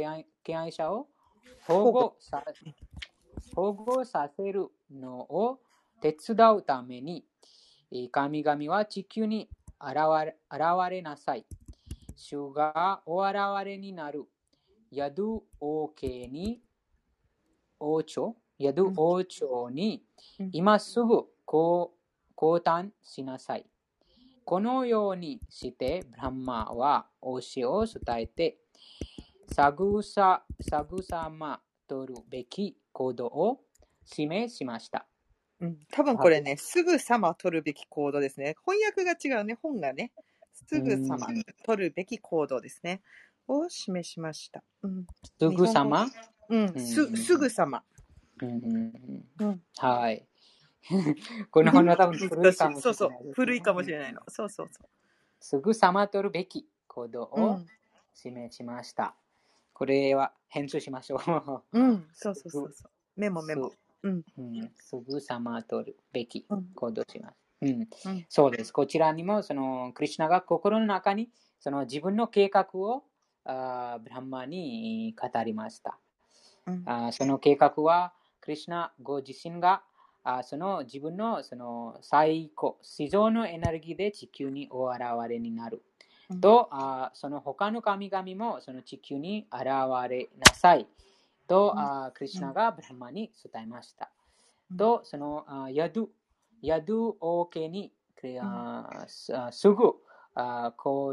Speaker 1: 護させるのを手伝うために、神々は地球に現れなさい。主がお現れになるヤドゥ王朝に今すぐ降誕しなさい。このようにしてブランマは教えを伝えて、慰まとるべき行動を示しました。
Speaker 2: 多分これね、すぐさま取るべき行動ですね。翻訳が違うね、本がね。すぐさま取るべき行動ですね。を示しました。
Speaker 1: すぐさま、
Speaker 2: すぐさま。
Speaker 1: はい。この本は多分古いかもしれない。
Speaker 2: そうそう、古いかもしれないの。そう。
Speaker 1: すぐさま取るべき行動を示しました。これは編集しましょう。
Speaker 2: そう。メモ。
Speaker 1: すぐさま取るべき行動します。そうです。こちらにもクリシュナが心の中に自分の計画をブランマに語りました。その計画はクリシュナご自身が自分の最高、至上のエネルギーで地球にお現れになる。と、その他の神々もその地球に現れなさい。と、クリシュナがブランマに伝えました。と、そのヤドゥ王家にすぐ降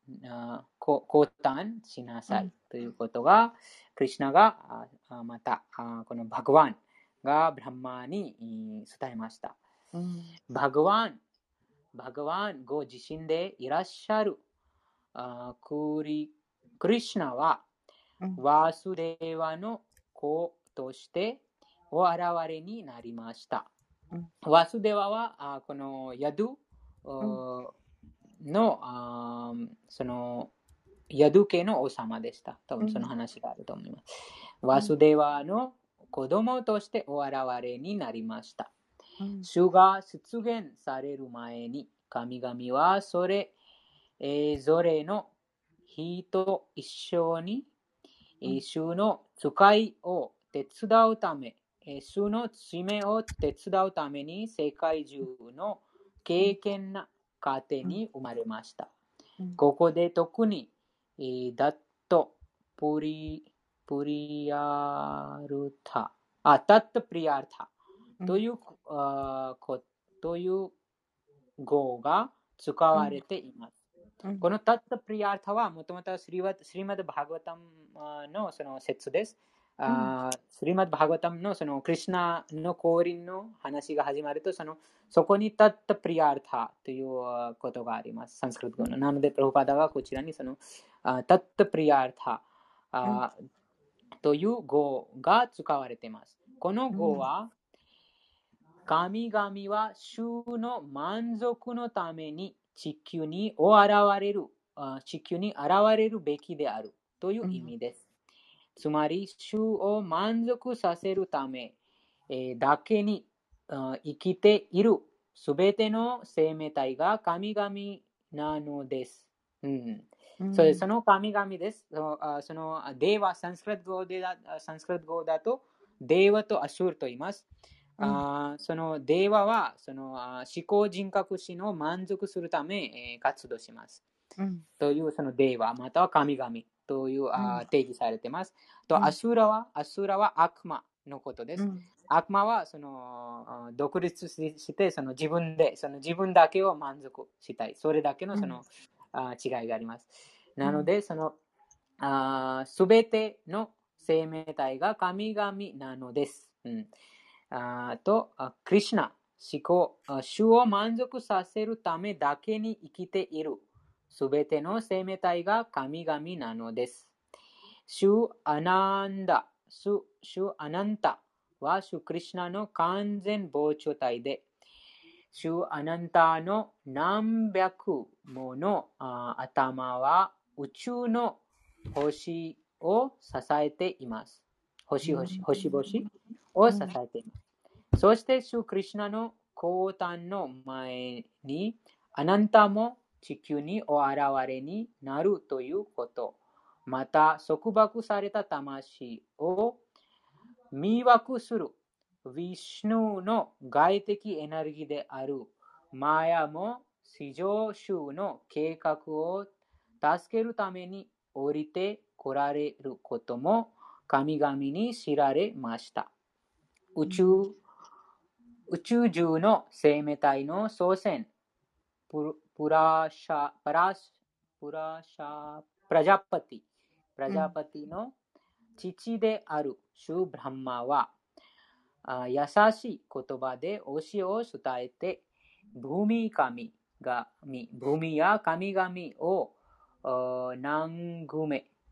Speaker 1: 誕しなさいということが、クリシュナがまたこのバグワンがブランマに伝えました。バグワンご自身でいらっしゃるクリシュナはワスデーワの子としてお現れになりました。ワスデーワはこのヤドゥのそのヤドゥ家の王様でした。多分その話があると思います。ワスデーワの子供としてお現れになりました。主が出現される前に神々はそれぞれの日と一緒に主の使いを手伝うため、主の使命を手伝うために世界中の敬虔な家庭に生まれました。ここで特にダット・プリアルタ、タット・プリアルタという語が使われています。このタッタプリアータはもともとスリマッド・バーガワタムのその説です。スリマッド・バーガワタムのそのクリシュナの降臨の話が始まるとそこにタッタプリアータということがあります。サンスクリット語の。なので、プラブパダがこちらにそのタッタプリアータという語が使われています。この語は神々は主の満足のために地球に現れるべきであるという意味です。つまり、主を満足させるためだけに生きているすべての生命体が神々なのです。その神々です。そのデーワ、サンスクリット語だと、デーワとアシュールと言います。そのデーワはその思考人格心を満足するため、活動します。というそのデーワまたは神々という定義されています。とアスーラは悪魔のことです。悪魔はその独立してその自分だけを満足したい。それだけのその違いがあります。なので、そのすべての生命体が神々なのです。クリシュナ、主を満足させるためだけに生きているすべての生命体が神々なのです。主アナンタは主クリシュナの完全膨張体で、主アナンタの何百もの頭は宇宙の星を支えています。星々を支えています。そして、主クリシュナの降誕の前に、アナンタも地球にお現れになるということ。また、束縛された魂を迷惑するヴィシュヌの外的エネルギーであるマヤも至上主の計画を助けるために降りて来られることも神々に知られました。宇宙中の生命体の祖先プラジャパティの父であるシュブランマは優しい言葉で教えを伝えてブーミや神々を慰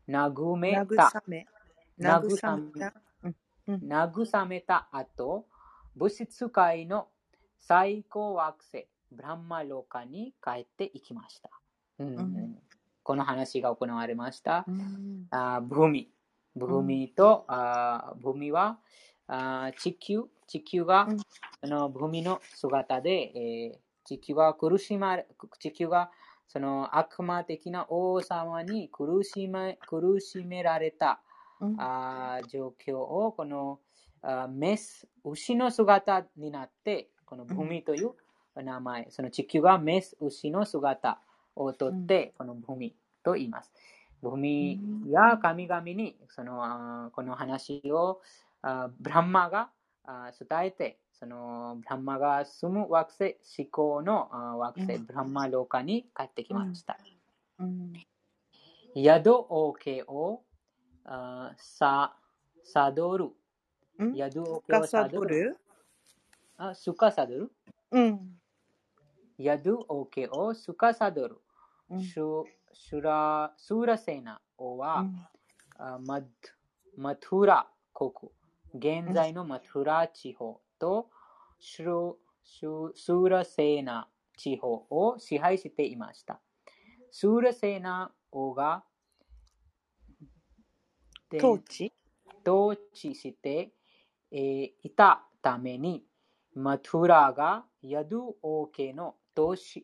Speaker 1: めた後、物質界の最高惑星ブランマローカに帰っていきました。この話が行われました。ブーミは地球がそのブーミの姿で、地球がその悪魔的な王様に苦しめられた状況をこの牛の姿になってこのブーミという名前、その地球が牛の姿をとってこのブーミと言います。ブーミや神々にこの話をブランマが伝えて、そのブランマが住む惑星、思考の惑星、ブランマローカに帰ってきました。宿オーケーをサドル。宿オーケーをサドル。スカサドル。宿オーケーをスカサドル。スーラセーナはマトゥラ国、現在のマトゥラ地方とスーラセーナ地方を支配していました。スーラセーナ王が統治していたためにマトゥラがヤドゥ王家の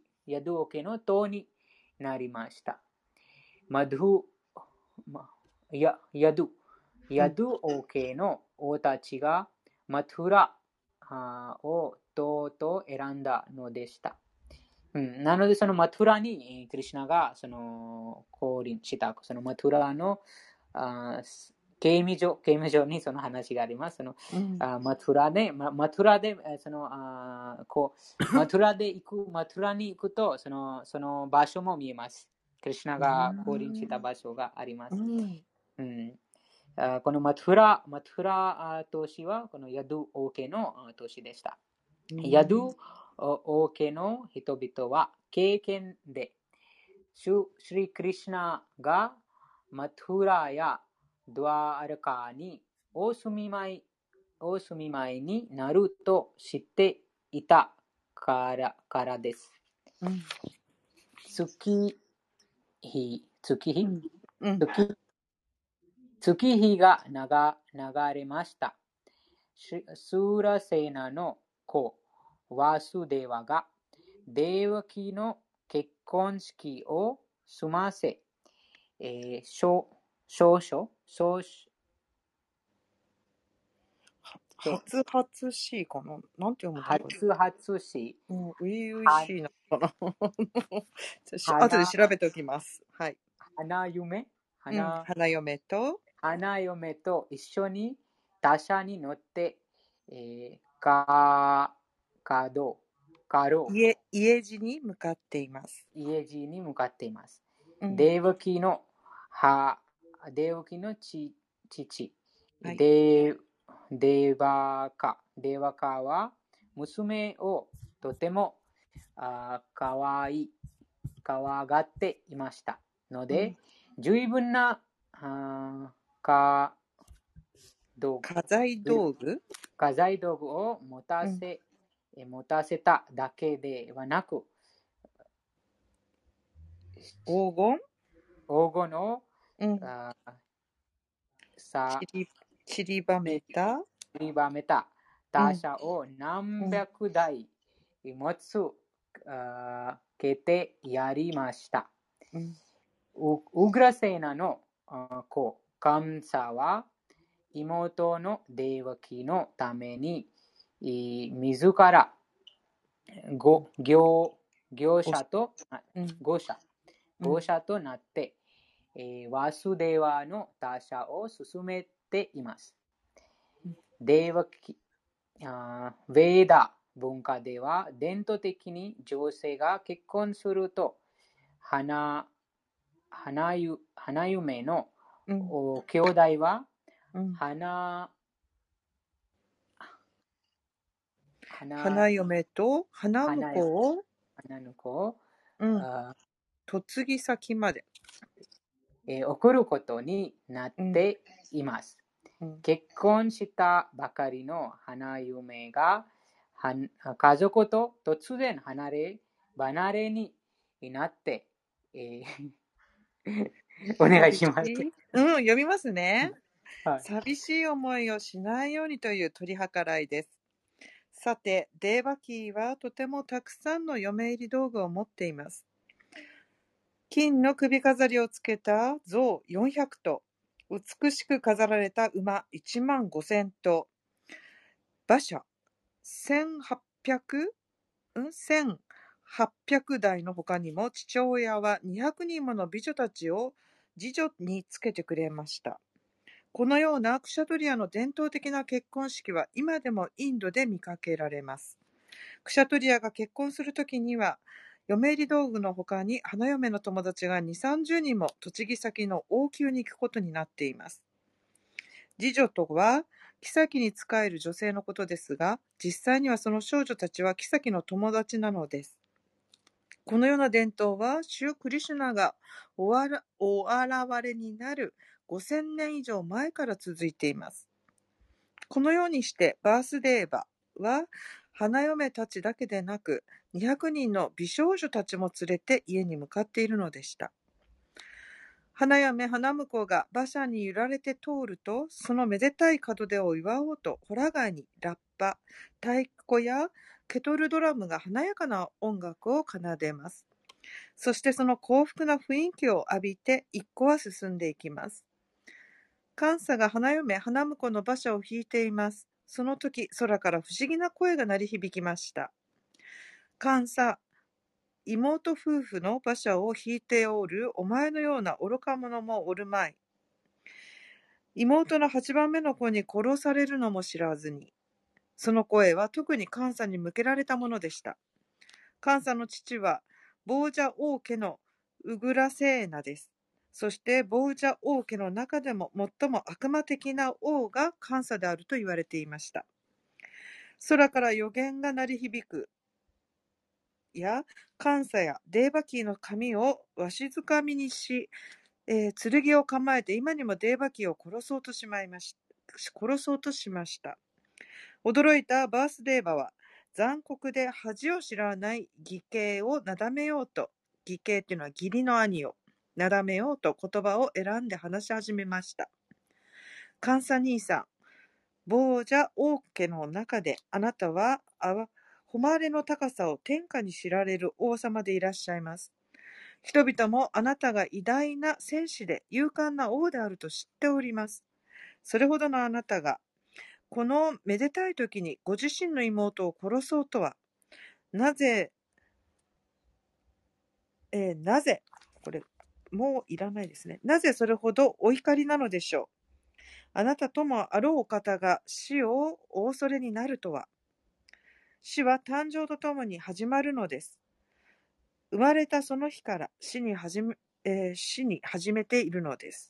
Speaker 1: 党になりました。 ヤドゥ王家の王たちがマトゥラを党と選んだのでした。なので、そのマトゥラにクリシュナが降臨した、そのマトゥラの刑務所にその話があります。マトゥラで、マトゥラでに行くと、その場所も見えます。クリシュナが降臨した場所があります。このマトゥラ都市はこのヤドゥ王家の都市でした。ヤドゥ王家の人々は経験で、シュリクリシュナがマトゥラやドワーラカにお住み舞いになると知っていたからです。月日が流れました。スーラセーナの子ワスデワがデーワキーの結婚式を済ませ、初
Speaker 2: 々しいかな、なんて読むんだろう。
Speaker 1: 初々しい。
Speaker 2: 初々しいなかな。後で調べておきます。はい。花
Speaker 1: 嫁と一緒に他車に乗って、
Speaker 2: 家路に向かっています。
Speaker 1: デーワキの父、デーワカは娘をとてもかわがっていましたので、十分な家
Speaker 2: 財道具
Speaker 1: を持たせただけではなく、
Speaker 2: 黄金を散りばめた
Speaker 1: 他車を何百台持つけてやりました。ウグラセーナの子カムサは妹のデーワキのために自ら業者となって、ワスデーワの他者を進めています。デーワキヴェーダ文化では伝統的に女性が結婚すると花嫁の兄弟は
Speaker 2: 花嫁と花婿を嫁ぎ先まで
Speaker 1: 送ることになっています。結婚したばかりの花嫁が家族と突然離れになって、お願いします。
Speaker 2: 読みますね。
Speaker 1: はい、
Speaker 2: 寂しい思いをしないようにという取り計らいです。さて、デーバキーはとてもたくさんの嫁入り道具を持っています。金の首飾りをつけた象400頭、美しく飾られた馬15000頭、馬車1800台の他にも、父親は200人もの美女たちを次女につけてくれました。このようなクシャトリアの伝統的な結婚式は今でもインドで見かけられます。クシャトリアが結婚するときには、嫁入り道具の他に花嫁の友達が2、30人も嫁ぎ先の王宮に行くことになっています。次女とは妃に仕える女性のことですが、実際にはその少女たちは妃の友達なのです。このような伝統は、シュー・クリシュナがお現れになる5000年以上前から続いています。このようにして、バースデーバは、花嫁たちだけでなく、200人の美少女たちも連れて家に向かっているのでした。花嫁、花婿が馬車に揺られて通ると、そのめでたい門出を祝おうと、ホラ街にラッパ、太鼓やケトルドラムが華やかな音楽を奏でます。そしてその幸福な雰囲気を浴びて一行は進んでいきます。 監査が花嫁、花婿の馬車を引いています。その時、空から不思議な声が鳴り響きました。監査、妹夫婦の馬車を引いておるお前のような愚か者もおるまい。妹の8番目の子に殺されるのも知らずに。その声は特に監査に向けられたものでした。監査の父は、ボージャ王家のウグラセーナです。そして、ボージャ王家の中でも最も悪魔的な王が監査であると言われていました。空から予言が鳴り響くや、監査やデーバキーの髪をわしづかみにし、剣を構えて今にもデーバキーを殺そうとしました。驚いたバースデーバは、残酷で恥を知らない義兄をなだめようと、義兄っていうのは義理の兄をなだめようと言葉を選んで話し始めました。監査兄さん、ボージャ王家の中であなたは誉れの高さを天下に知られる王様でいらっしゃいます。人々もあなたが偉大な戦士で勇敢な王であると知っております。それほどのあなたが、このめでたい時にご自身の妹を殺そうとは、なぜ、これ、もういらないですね。なぜそれほどお怒りなのでしょう。あなたともあろうお方が死をお恐れになるとは。死は誕生とともに始まるのです。生まれたその日から死に始めているのです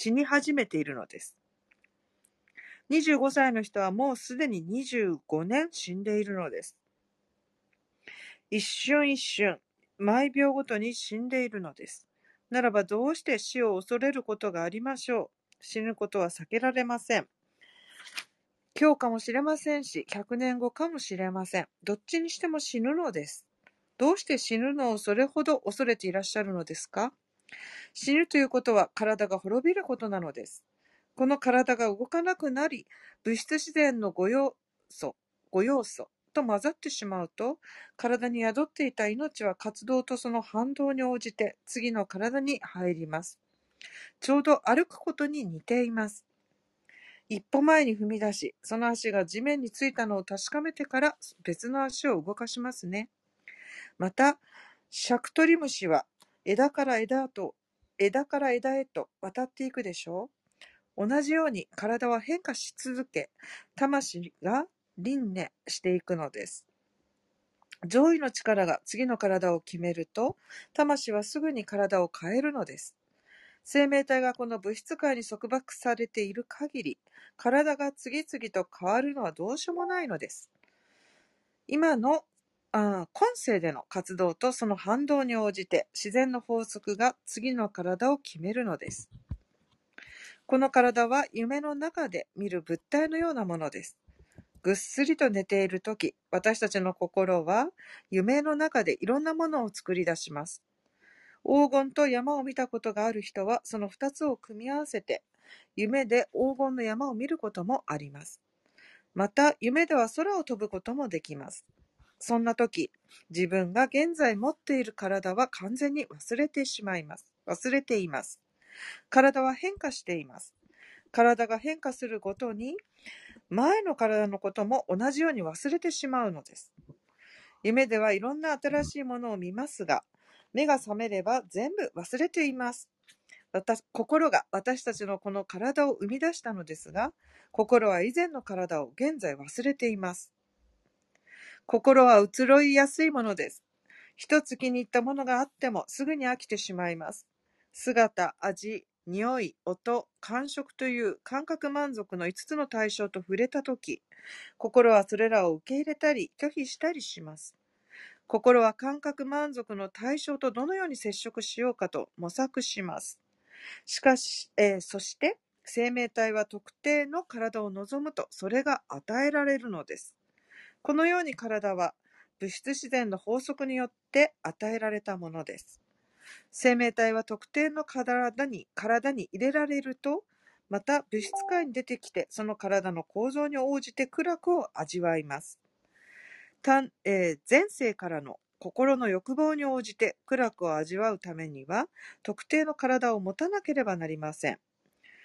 Speaker 2: 。25歳の人はもうすでに25年死んでいるのです。一瞬一瞬、毎秒ごとに死んでいるのです。ならばどうして死を恐れることがありましょう。死ぬことは避けられません。今日かもしれませんし、100年後かもしれません。どっちにしても死ぬのです。どうして死ぬのをそれほど恐れていらっしゃるのですか？死ぬということは体が滅びることなのです。この体が動かなくなり、物質自然の5要素と混ざってしまうと、体に宿っていた命は活動とその反動に応じて次の体に入ります。ちょうど歩くことに似ています。一歩前に踏み出し、その足が地面についたのを確かめてから別の足を動かしますね。また、シャクトリムシは枝から枝へと渡っていくでしょう。同じように体は変化し続け、魂が輪廻していくのです。上位の力が次の体を決めると、魂はすぐに体を変えるのです。生命体がこの物質界に束縛されている限り、体が次々と変わるのはどうしようもないのです。今の今世での活動とその反動に応じて自然の法則が次の体を決めるのです。この体は夢の中で見る物体のようなものです。ぐっすりと寝ているとき、私たちの心は夢の中でいろんなものを作り出します。黄金と山を見たことがある人はその2つを組み合わせて夢で黄金の山を見ることもあります。また夢では空を飛ぶこともできます。そんな時、自分が現在持っている体は完全に忘れています。体は変化しています。体が変化するごとに、前の体のことも同じように忘れてしまうのです。夢ではいろんな新しいものを見ますが、目が覚めれば全部忘れています。心が私たちのこの体を生み出したのですが、心は以前の体を現在忘れています。心は移ろいやすいものです。一つ気に入ったものがあってもすぐに飽きてしまいます。姿、味、匂い、音、感触という感覚満足の5つの対象と触れたとき、心はそれらを受け入れたり拒否したりします。心は感覚満足の対象とどのように接触しようかと模索します。しかし、そして生命体は特定の体を望むとそれが与えられるのです。このように体は物質自然の法則によって与えられたものです。生命体は特定の体に入れられると、また物質界に出てきてその体の構造に応じて苦楽を味わいます。前世からの心の欲望に応じて苦楽を味わうためには特定の体を持たなければなりません。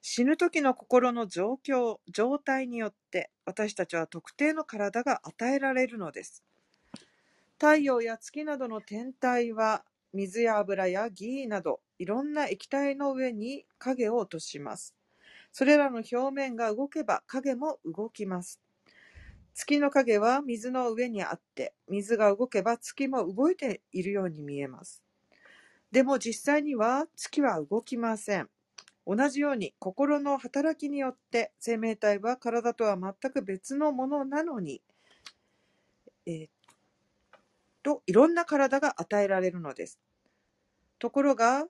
Speaker 2: 死ぬ時の心の状態によって私たちは特定の体が与えられるのです。太陽や月などの天体は水や油や銀などいろんな液体の上に影を落とします。それらの表面が動けば影も動きます。月の影は水の上にあって、水が動けば月も動いているように見えます。でも実際には月は動きません。同じように心の働きによって生命体は体とは全く別のものなのに、いろんな体が与えられるのです。ところが、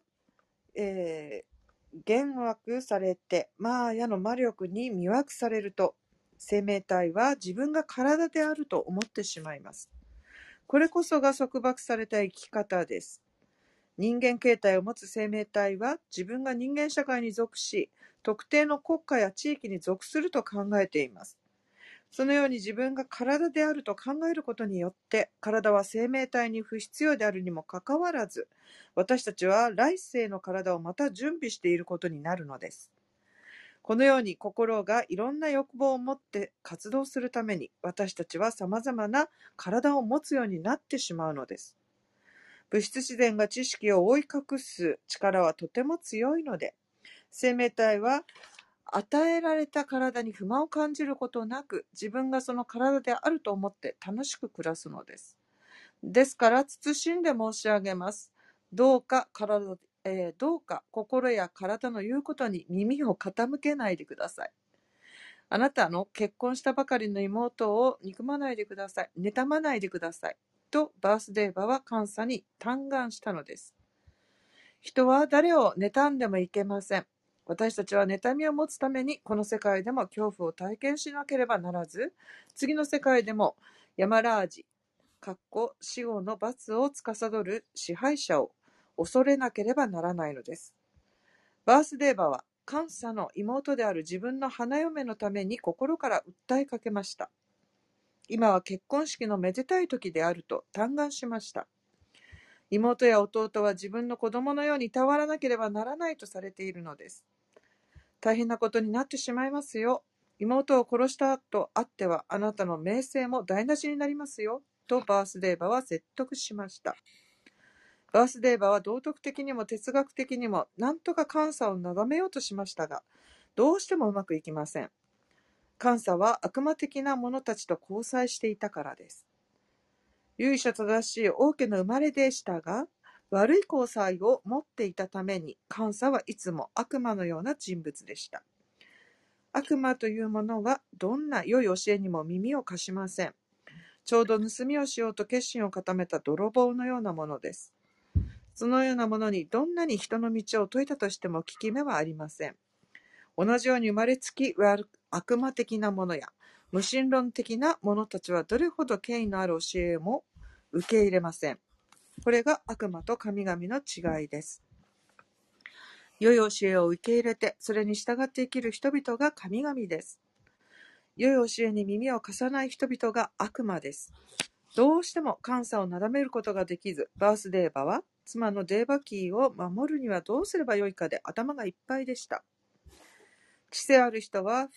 Speaker 2: 幻惑されてマーヤの魔力に魅惑されると、生命体は自分が体であると思ってしまいます。これこそが束縛された生き方です。人間形態を持つ生命体は自分が人間社会に属し、特定の国家や地域に属すると考えています。そのように自分が体であると考えることによって、体は生命体に不必要であるにもかかわらず、私たちは来世の体をまた準備していることになるのです。このように心がいろんな欲望を持って活動するために、私たちは様々な体を持つようになってしまうのです。物質自然が知識を覆い隠す力はとても強いので、生命体は与えられた体に不満を感じることなく、自分がその体であると思って楽しく暮らすのです。ですから、慎んで申し上げます。どうか心や体の言うことに耳を傾けないでください。あなたの結婚したばかりの妹を憎まないでください。妬まないでください。とバースデーバは監査に嘆願したのです。人は誰を妬んでもいけません。私たちは妬みを持つためにこの世界でも恐怖を体験しなければならず、次の世界でもヤマラージ、死後の罰を司る支配者を恐れなければならないのです。バースデーバはカンサの妹である自分の花嫁のために心から訴えかけました。今は結婚式のめでたい時であると嘆願しました。妹や弟は自分の子供のようにたわらなければならないとされているのです。大変なことになってしまいますよ。妹を殺したとあってはあなたの名声も台無しになりますよ。とバースデーバは説得しました。バースデーバは道徳的にも哲学的にも何とか監査をなだめようとしましたが、どうしてもうまくいきません。監査は悪魔的な者たちと交際していたからです。由緒正しい王家の生まれでしたが、悪い交際を持っていたために、監査はいつも悪魔のような人物でした。悪魔というものはどんな良い教えにも耳を貸しません。ちょうど盗みをしようと決心を固めた泥棒のようなものです。そのようなものにどんなに人の道を説いたとしても効き目はありません。同じように生まれつき悪魔的なものや無神論的な者たちはどれほど権威のある教えも受け入れません。これが悪魔と神々の違いです。良い教えを受け入れて、それに従って生きる人々が神々です。良い教えに耳を貸さない人々が悪魔です。どうしても監査をなだめることができず、バースデーバは妻のデーバキーを守るにはどうすればよいかで頭がいっぱいでした。知性ある人は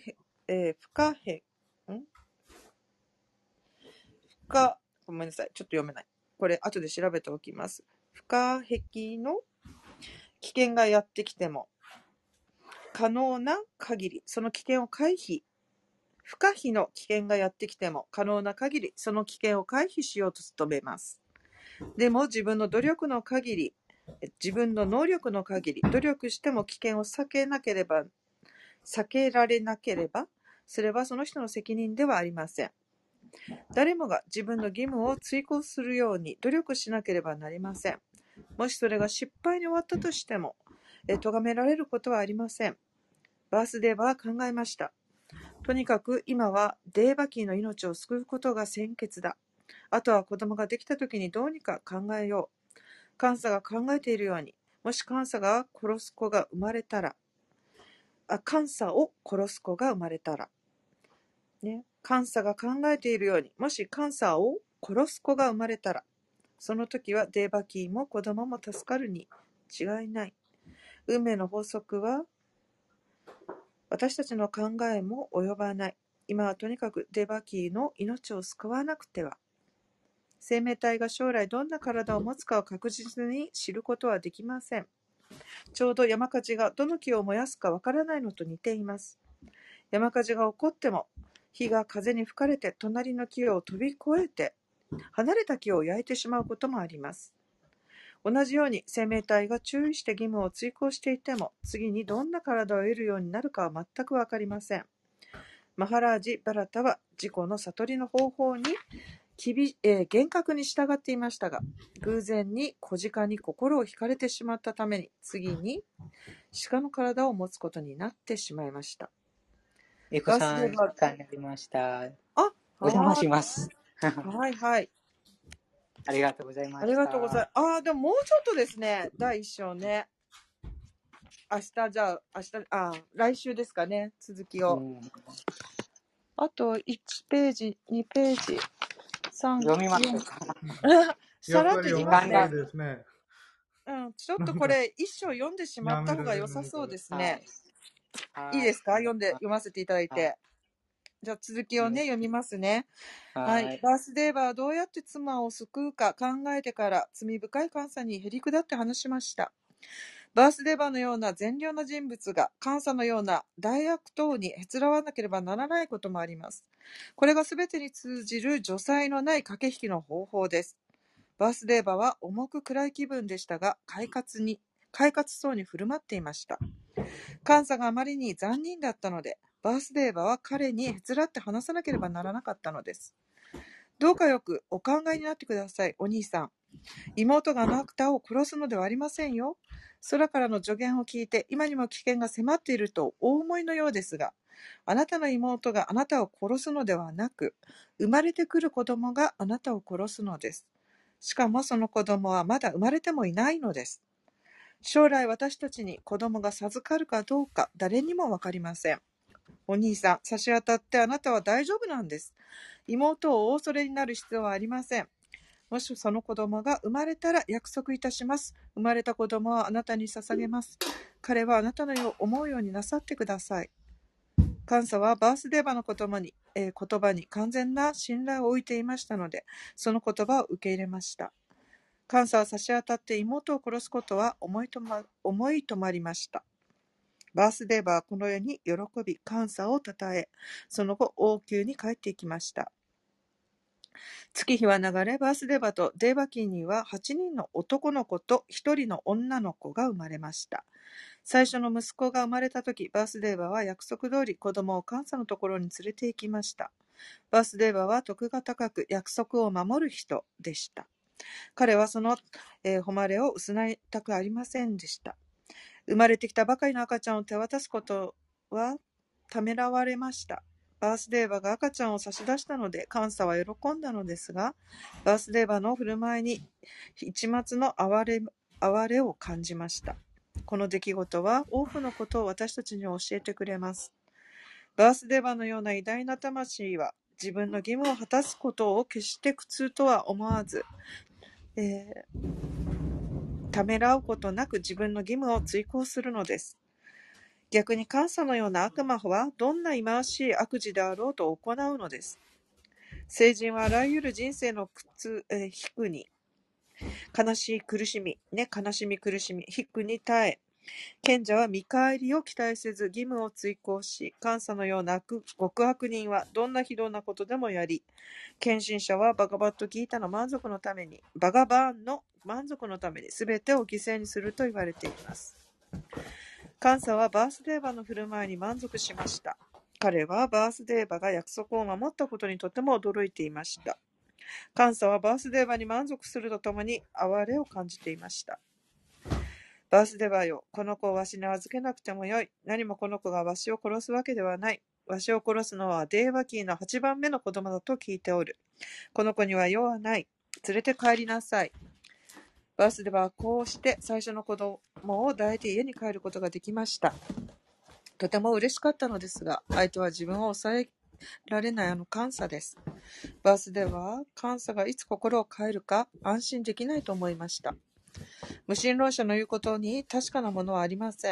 Speaker 2: ごめんなさい。ちょっと読めない。これ後で調べておきます。不可避の危険がやってきても、可能な限り、その危険を回避。不可避の危険がやってきても、可能な限り、その危険を回避しようと努めます。でも自分の努力の限り、自分の能力の限り、努力しても危険を避けられなければ、それはその人の責任ではありません。誰もが自分の義務を遂行するように努力しなければなりません。もしそれが失敗に終わったとしても、咎められることはありません。バースデーバは考えました。とにかく今はデーバキーの命を救うことが先決だ。あとは子供ができた時にどうにか考えよう。カンサが考えているように、もしカンサが殺す子が生まれたら、カンサを殺す子が生まれたら、ね、カンサが考えているように、もしカンサを殺す子が生まれたら、その時はデーバキーも子供も助かるに違いない。運命の法則は私たちの考えも及ばない。今はとにかくデバキーの命を救わなくては。生命体が将来どんな体を持つかを確実に知ることはできません。ちょうど山火事がどの木を燃やすかわからないのと似ています。山火事が起こっても、火が風に吹かれて隣の木を飛び越えて、離れた木を焼いてしまうこともあります。同じように生命体が注意して義務を遂行していても、次にどんな体を得るようになるかは全くわかりません。マハラージ・バラタは自己の悟りの方法に厳格に従っていましたが、偶然に小鹿に心を惹かれてしまったために、次に鹿の体を持つことになってしまいました。
Speaker 1: エコさん、時間になりました。お邪魔します。
Speaker 2: はいはい。
Speaker 1: ありがとうございました。
Speaker 2: ありがとうございます。でももうちょっとですね、第1章ね。来週ですかね、続きを。あと1ページ、2ページ、3、
Speaker 1: 読みましょうか。
Speaker 2: さらっと読みますね。
Speaker 3: ですね。
Speaker 2: ちょっとこれ1章読んでしまった方が良さそうですね。いいですか？読ませていただいて。じゃあ続きをね、読みますね。はい。バースデーバーはどうやって妻を救うか考えてから罪深い監査にへり下って話しました。バースデーバーのような善良な人物が監査のような大悪党にへつらわなければならないこともあります。これがすべてに通じる助裁のない駆け引きの方法です。バースデーバーは重く暗い気分でしたが、快活そうに振る舞っていました。監査があまりに残忍だったので、バースデーバーは彼にへつらって話さなければならなかったのです。どうかよくお考えになってください、お兄さん。妹があなたを殺すのではありませんよ。空からの助言を聞いて、今にも危険が迫っているとお思いのようですが、あなたの妹があなたを殺すのではなく、生まれてくる子供があなたを殺すのです。しかもその子供はまだ生まれてもいないのです。将来私たちに子供が授かるかどうか誰にもわかりません。お兄さん、差し当たってあなたは大丈夫なんです。妹をお恐れになる必要はありません。もしその子供が生まれたら約束いたします。生まれた子供はあなたに捧げます。彼はあなたの思うようになさってください。監査はバースデーバーの言葉に完全な信頼を置いていましたので、その言葉を受け入れました。監査は差し当たって妹を殺すことは思い止まりました。バースデーバーはこのように喜び、監査をたたえ、その後王宮に帰っていきました。月日は流れ、バースデーバーとデーバキーには8人の男の子と1人の女の子が生まれました。最初の息子が生まれたとき、バースデーバーは約束通り子供を監査のところに連れて行きました。バースデーバーは徳が高く約束を守る人でした。彼はその、誉れを失いたくありませんでした。生まれてきたばかりの赤ちゃんを手渡すことはためらわれました。バースデーバーが赤ちゃんを差し出したので、監査は喜んだのですが、バースデーバーの振る舞いに一抹の哀れを感じました。この出来事は多くのことを私たちに教えてくれます。バースデーバーのような偉大な魂は、自分の義務を果たすことを決して苦痛とは思わず、ためらうことなく自分の義務を遂行するのです。逆に監査のような悪魔はどんな忌まわしい悪事であろうと行うのです。聖人はあらゆる人生の悲苦に悲しみ苦しみ、悲苦に耐え、賢者は見返りを期待せず義務を遂行し、監査のような極悪人はどんな非道なことでもやり、献身者はバガバットギータの満足のために、バガバーンの満足のために全てを犠牲にすると言われています。監査はバースデーバーの振る舞いに満足しました。彼はバースデーバーが約束を守ったことにとても驚いていました。監査はバースデーバーに満足するとともに哀れを感じていました。バースデーバーよ、この子をわしに預けなくてもよい。何もこの子がわしを殺すわけではない。わしを殺すのはデーバキーの8番目の子供だと聞いておる。この子には用はない。連れて帰りなさい。バースデーバーはこうして最初の子供を抱いて家に帰ることができました。とても嬉しかったのですが、相手は自分を抑えられない監査です。バースデーは監査がいつ心を変えるか安心できないと思いました。無神論者の言うことに確かなものはありません。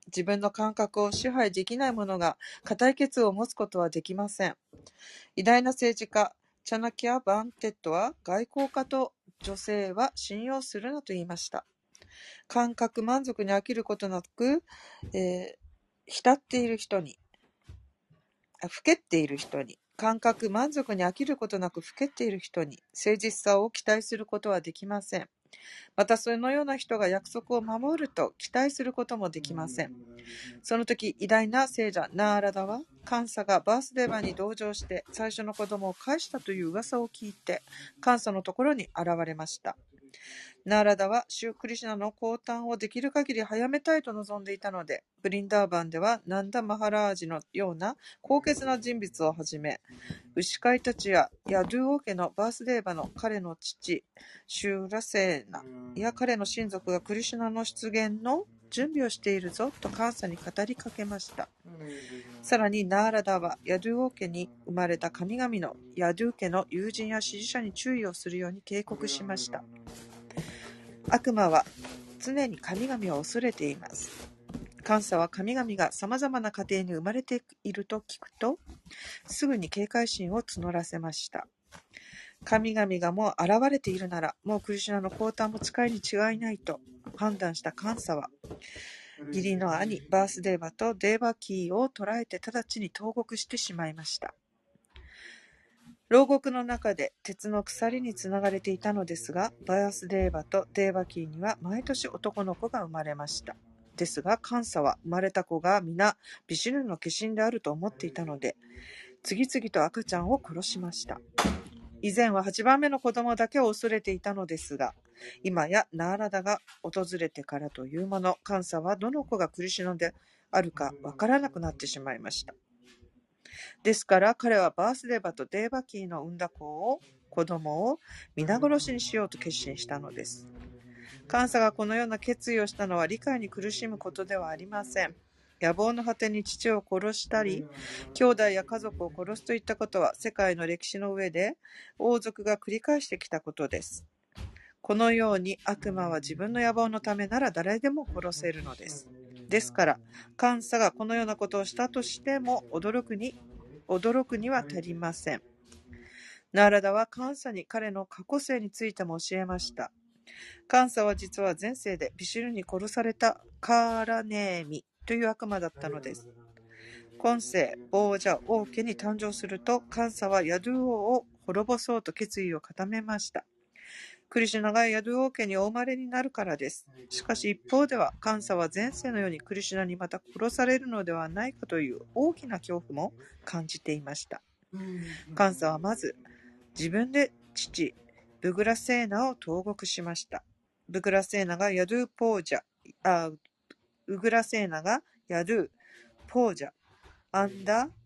Speaker 2: 自分の感覚を支配できない者が固い決意を持つことはできません。偉大な政治家、チャナキャ・バンテッドは、外交家と女性は信用するなと言いました。感覚満足に飽きることなく、浸っている人に、ふけっている人に、感覚満足に飽きることなくふけっている人に、誠実さを期待することはできません。またそのような人が約束を守ると期待することもできません。その時、偉大な聖者ナーラダは、カンサがバースデーバーに同乗して最初の子供を返したという噂を聞いて、カンサのところに現れました。ナーラダはシュークリシュナの降誕をできる限り早めたいと望んでいたので、ブリンダーバンではナンダ・マハラージのような高潔な人物をはじめ、牛飼いたちやヤドゥ王家のバースデーバの彼の父、シューラセーナや彼の親族がクリシュナの出現の準備をしているぞとカンサに語りかけました。さらにナーラダはヤドゥ王家に生まれた神々のヤドゥ家の友人や支持者に注意をするように警告しました。悪魔は常に神々を恐れています。カンサは神々が様々な家庭に生まれていると聞くと、すぐに警戒心を募らせました。神々がもう現れているなら、もうクリシュナの降誕も近いに違いないと判断したカンサは、義理の兄バースデーバとデーバキーを捕らえて直ちに投獄してしまいました。牢獄の中で鉄の鎖につながれていたのですが、バースデーバとデーバキーには毎年男の子が生まれました。ですが、カンサは生まれた子が皆ビシュヌの化身であると思っていたので、次々と赤ちゃんを殺しました。以前は8番目の子供だけを恐れていたのですが、今やナーラダが訪れてからというもの、カンサはどの子がクリシュナであるかわからなくなってしまいました。ですから彼はバースデーバとデーバキーの産んだ子供を皆殺しにしようと決心したのです。カンサがこのような決意をしたのは理解に苦しむことではありません。野望の果てに父を殺したり、兄弟や家族を殺すといったことは世界の歴史の上で王族が繰り返してきたことです。このように悪魔は自分の野望のためなら誰でも殺せるのです。ですから、カンサがこのようなことをしたとしても驚くには足りません。ナーラダはカンサに彼の過去世についても教えました。カンサは実は前世でビシュルに殺されたカーラネーミという悪魔だったのです。今世、ボージャ王家に誕生すると、カンサはヤドゥ王を滅ぼそうと決意を固めました。クリシュナがヤドゥ王家にお生まれになるからです。しかし一方では、カンサは前世のようにクリシュナにまた殺されるのではないかという大きな恐怖も感じていました。カンサはまず、自分で父、ブグラセーナを投獄しました。ブグラセーナがヤドゥポージャ、ウグラセーナがヤドゥ、ポージャ、アン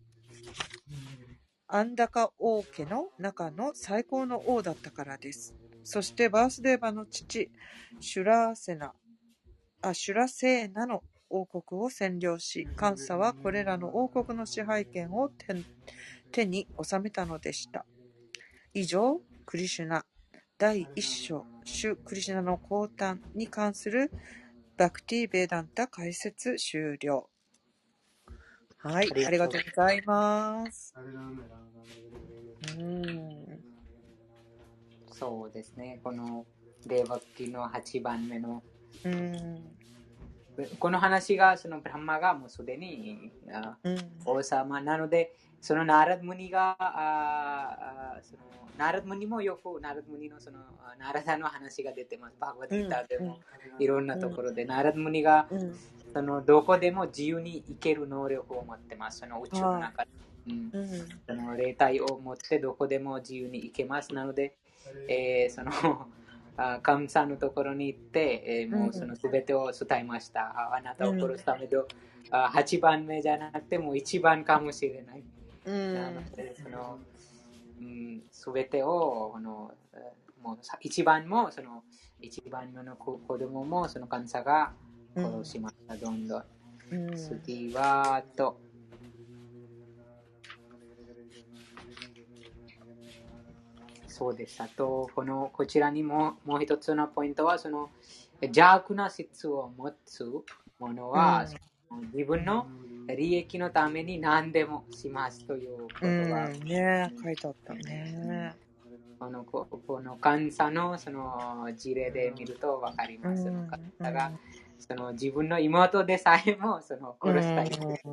Speaker 2: ダカ王家の中の最高の王だったからです。そしてバースデーバの父、シュラセーナの王国を占領し、カンサはこれらの王国の支配権を手に収めたのでした。以上、クリシュナ第1章、シュクリシュナの降誕に関するバクティ・ベーダンタ解説終了。はい、ありがとうございます。
Speaker 1: そうですね。このデーバキの8番目のこの話がそのブラハマがもうすでに王様なので、そのナーラドムニがそのナーラドムニもよくナーラドムニのそのナーラダの話が出てます。バーガバディータでもいろんなところでナーラドムニがそのどこでも自由に行ける能力を持ってます。その宇宙の中で、その霊体を持ってどこでも自由に行けます。なので、そのカンサのところに行って、もうその全てを伝えました。あなたを殺すための8番目じゃなくても1番かもしれない。なのでその全てをもう1番もその1番目の子供もそのカンサが殺しました。どんどん。次はそうです。あと、こちらにもう一つのポイントは、その邪悪な質を持つものは、 自分の利益のために何でもしますということが、
Speaker 2: ね、書いてあったね。
Speaker 1: この監査のその事例で見ると分かります。その監査がその自分の妹でさえもその殺したいという、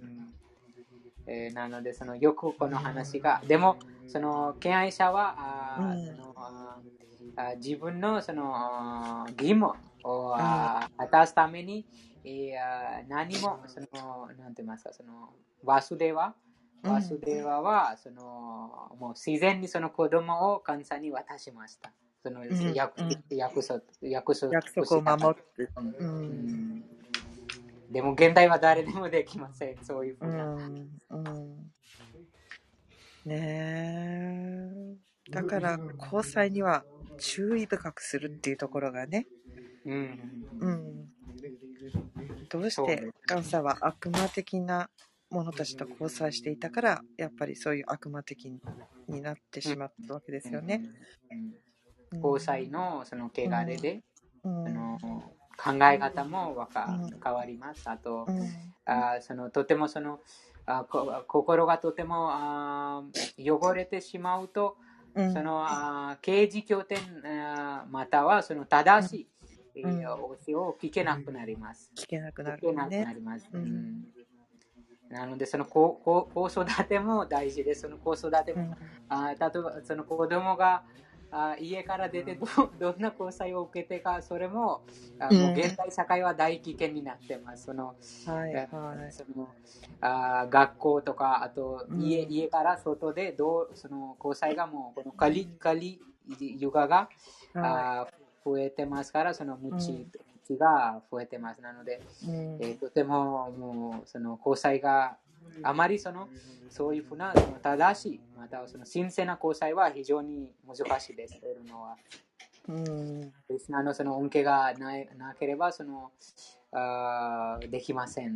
Speaker 1: なのでそのよくこの話が、でもその敬愛者は自分のその義務を果たすために何もそのなんて言いますか、そのワスデワはそのもう自然にその子供を監査に渡しました。その約束
Speaker 2: を守って。
Speaker 1: でも現代は誰でもできません。そういうふうな。
Speaker 2: ねえ。だから交際には注意深くするっていうところがね。どうして監査は悪魔的な者たちと交際していたから、やっぱりそういう悪魔的になってしまったわけですよね。
Speaker 1: 交際のその汚れで、その考え方も変わります。あと、そのとてもその心がとても汚れてしまうと、その刑事拠点またはその正しい教えを聞けなくなります。
Speaker 2: 聞けなくなるね。
Speaker 1: なので、その子育ても大事です。その子育ても、例えばその子供が家から出てどんな交際を受けてか、それも、もう現代社会は大危険になってます。その学校とか、あと家から外でその交際がもうこのカリユガが増えてますから、その無知が増えてます。なので、とてももうその交際があまりそういうふうな正しい、またはその神聖な交際は非常に難しいです。得るのは。クリスナのその恩恵がなければできません。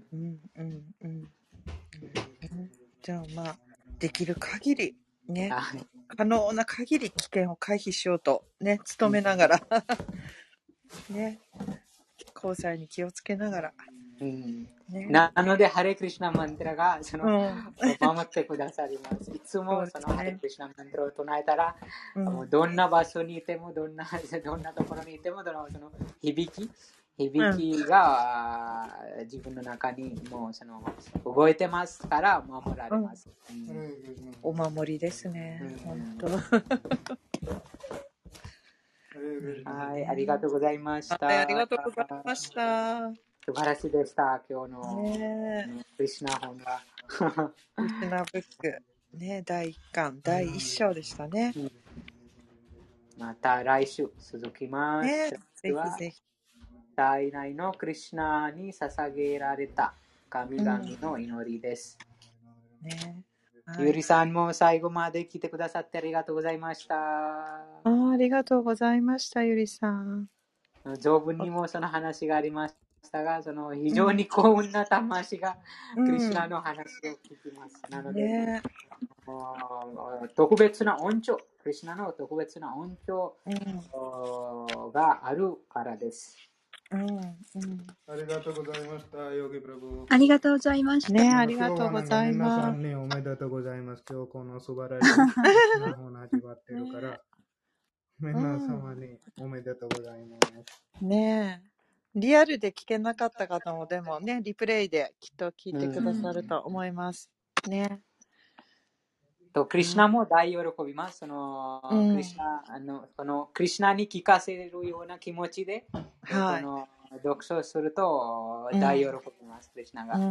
Speaker 2: じゃあまあできる限りね、可能な限り危険を回避しようとね、努めながらね、交際に気をつけながら。
Speaker 1: なので、ハレクリシュナマントラが守ってくださります。いつもそのハレクリシュナマントラを唱えたら、もうどんな場所にいても、どんなところにいても、その響きが自分の中にもう動いてますから守られます。
Speaker 2: お守りですね。本当。
Speaker 1: はい、ありがとうございました。
Speaker 2: ありがとうございました。
Speaker 1: 素晴らしいでした、今日のクリシュナ本が。
Speaker 2: クリシュナブック、ね、第1巻、第1章でしたね。
Speaker 1: また来週続きます。
Speaker 2: ぜひぜひ。
Speaker 1: 体内のクリシュナに捧げられた神々の祈りです。ゆりさんも最後まで聞いてくださってありがとうございました。
Speaker 2: ありがとうございました、ゆりさん。
Speaker 1: 条文にもその話がありましたが、その非常に幸運な魂がクリシュナの話を聞きます。なので、特別な恩寵、クリシュナの特別な恩寵があるからです。
Speaker 3: ありがとうございました、ヨギプラブ。
Speaker 4: ありがとうございました。
Speaker 2: ね、ありがとうございます。
Speaker 3: 皆さんね、おめでとうございます。今日この素晴らしいな本を味わってるから、皆様におめでとうございます。
Speaker 2: ねえ。リアルで聞けなかった方も、でもね、リプレイできっと聞いてくださると思います。ね。
Speaker 1: クリシュナも大喜びます。クリシュナに聞かせるような気持ちで、読書すると大喜びます、クリシュナが。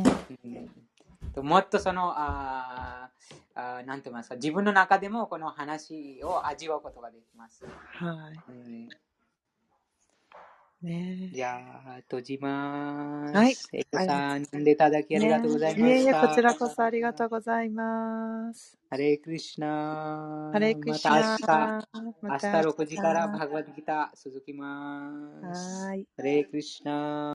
Speaker 1: もっとなんて言いますか、自分の中でもこの話を味わうことができます。じゃあ、閉じます。はい。エコさん、読んでいただきありがとうございました。
Speaker 2: こちらこそありがとうございます。
Speaker 1: ハレクリシュナ。
Speaker 2: ハレクリシュナ。
Speaker 1: 明日6時からバハガバッドギター続きます。ハレクリシュナ。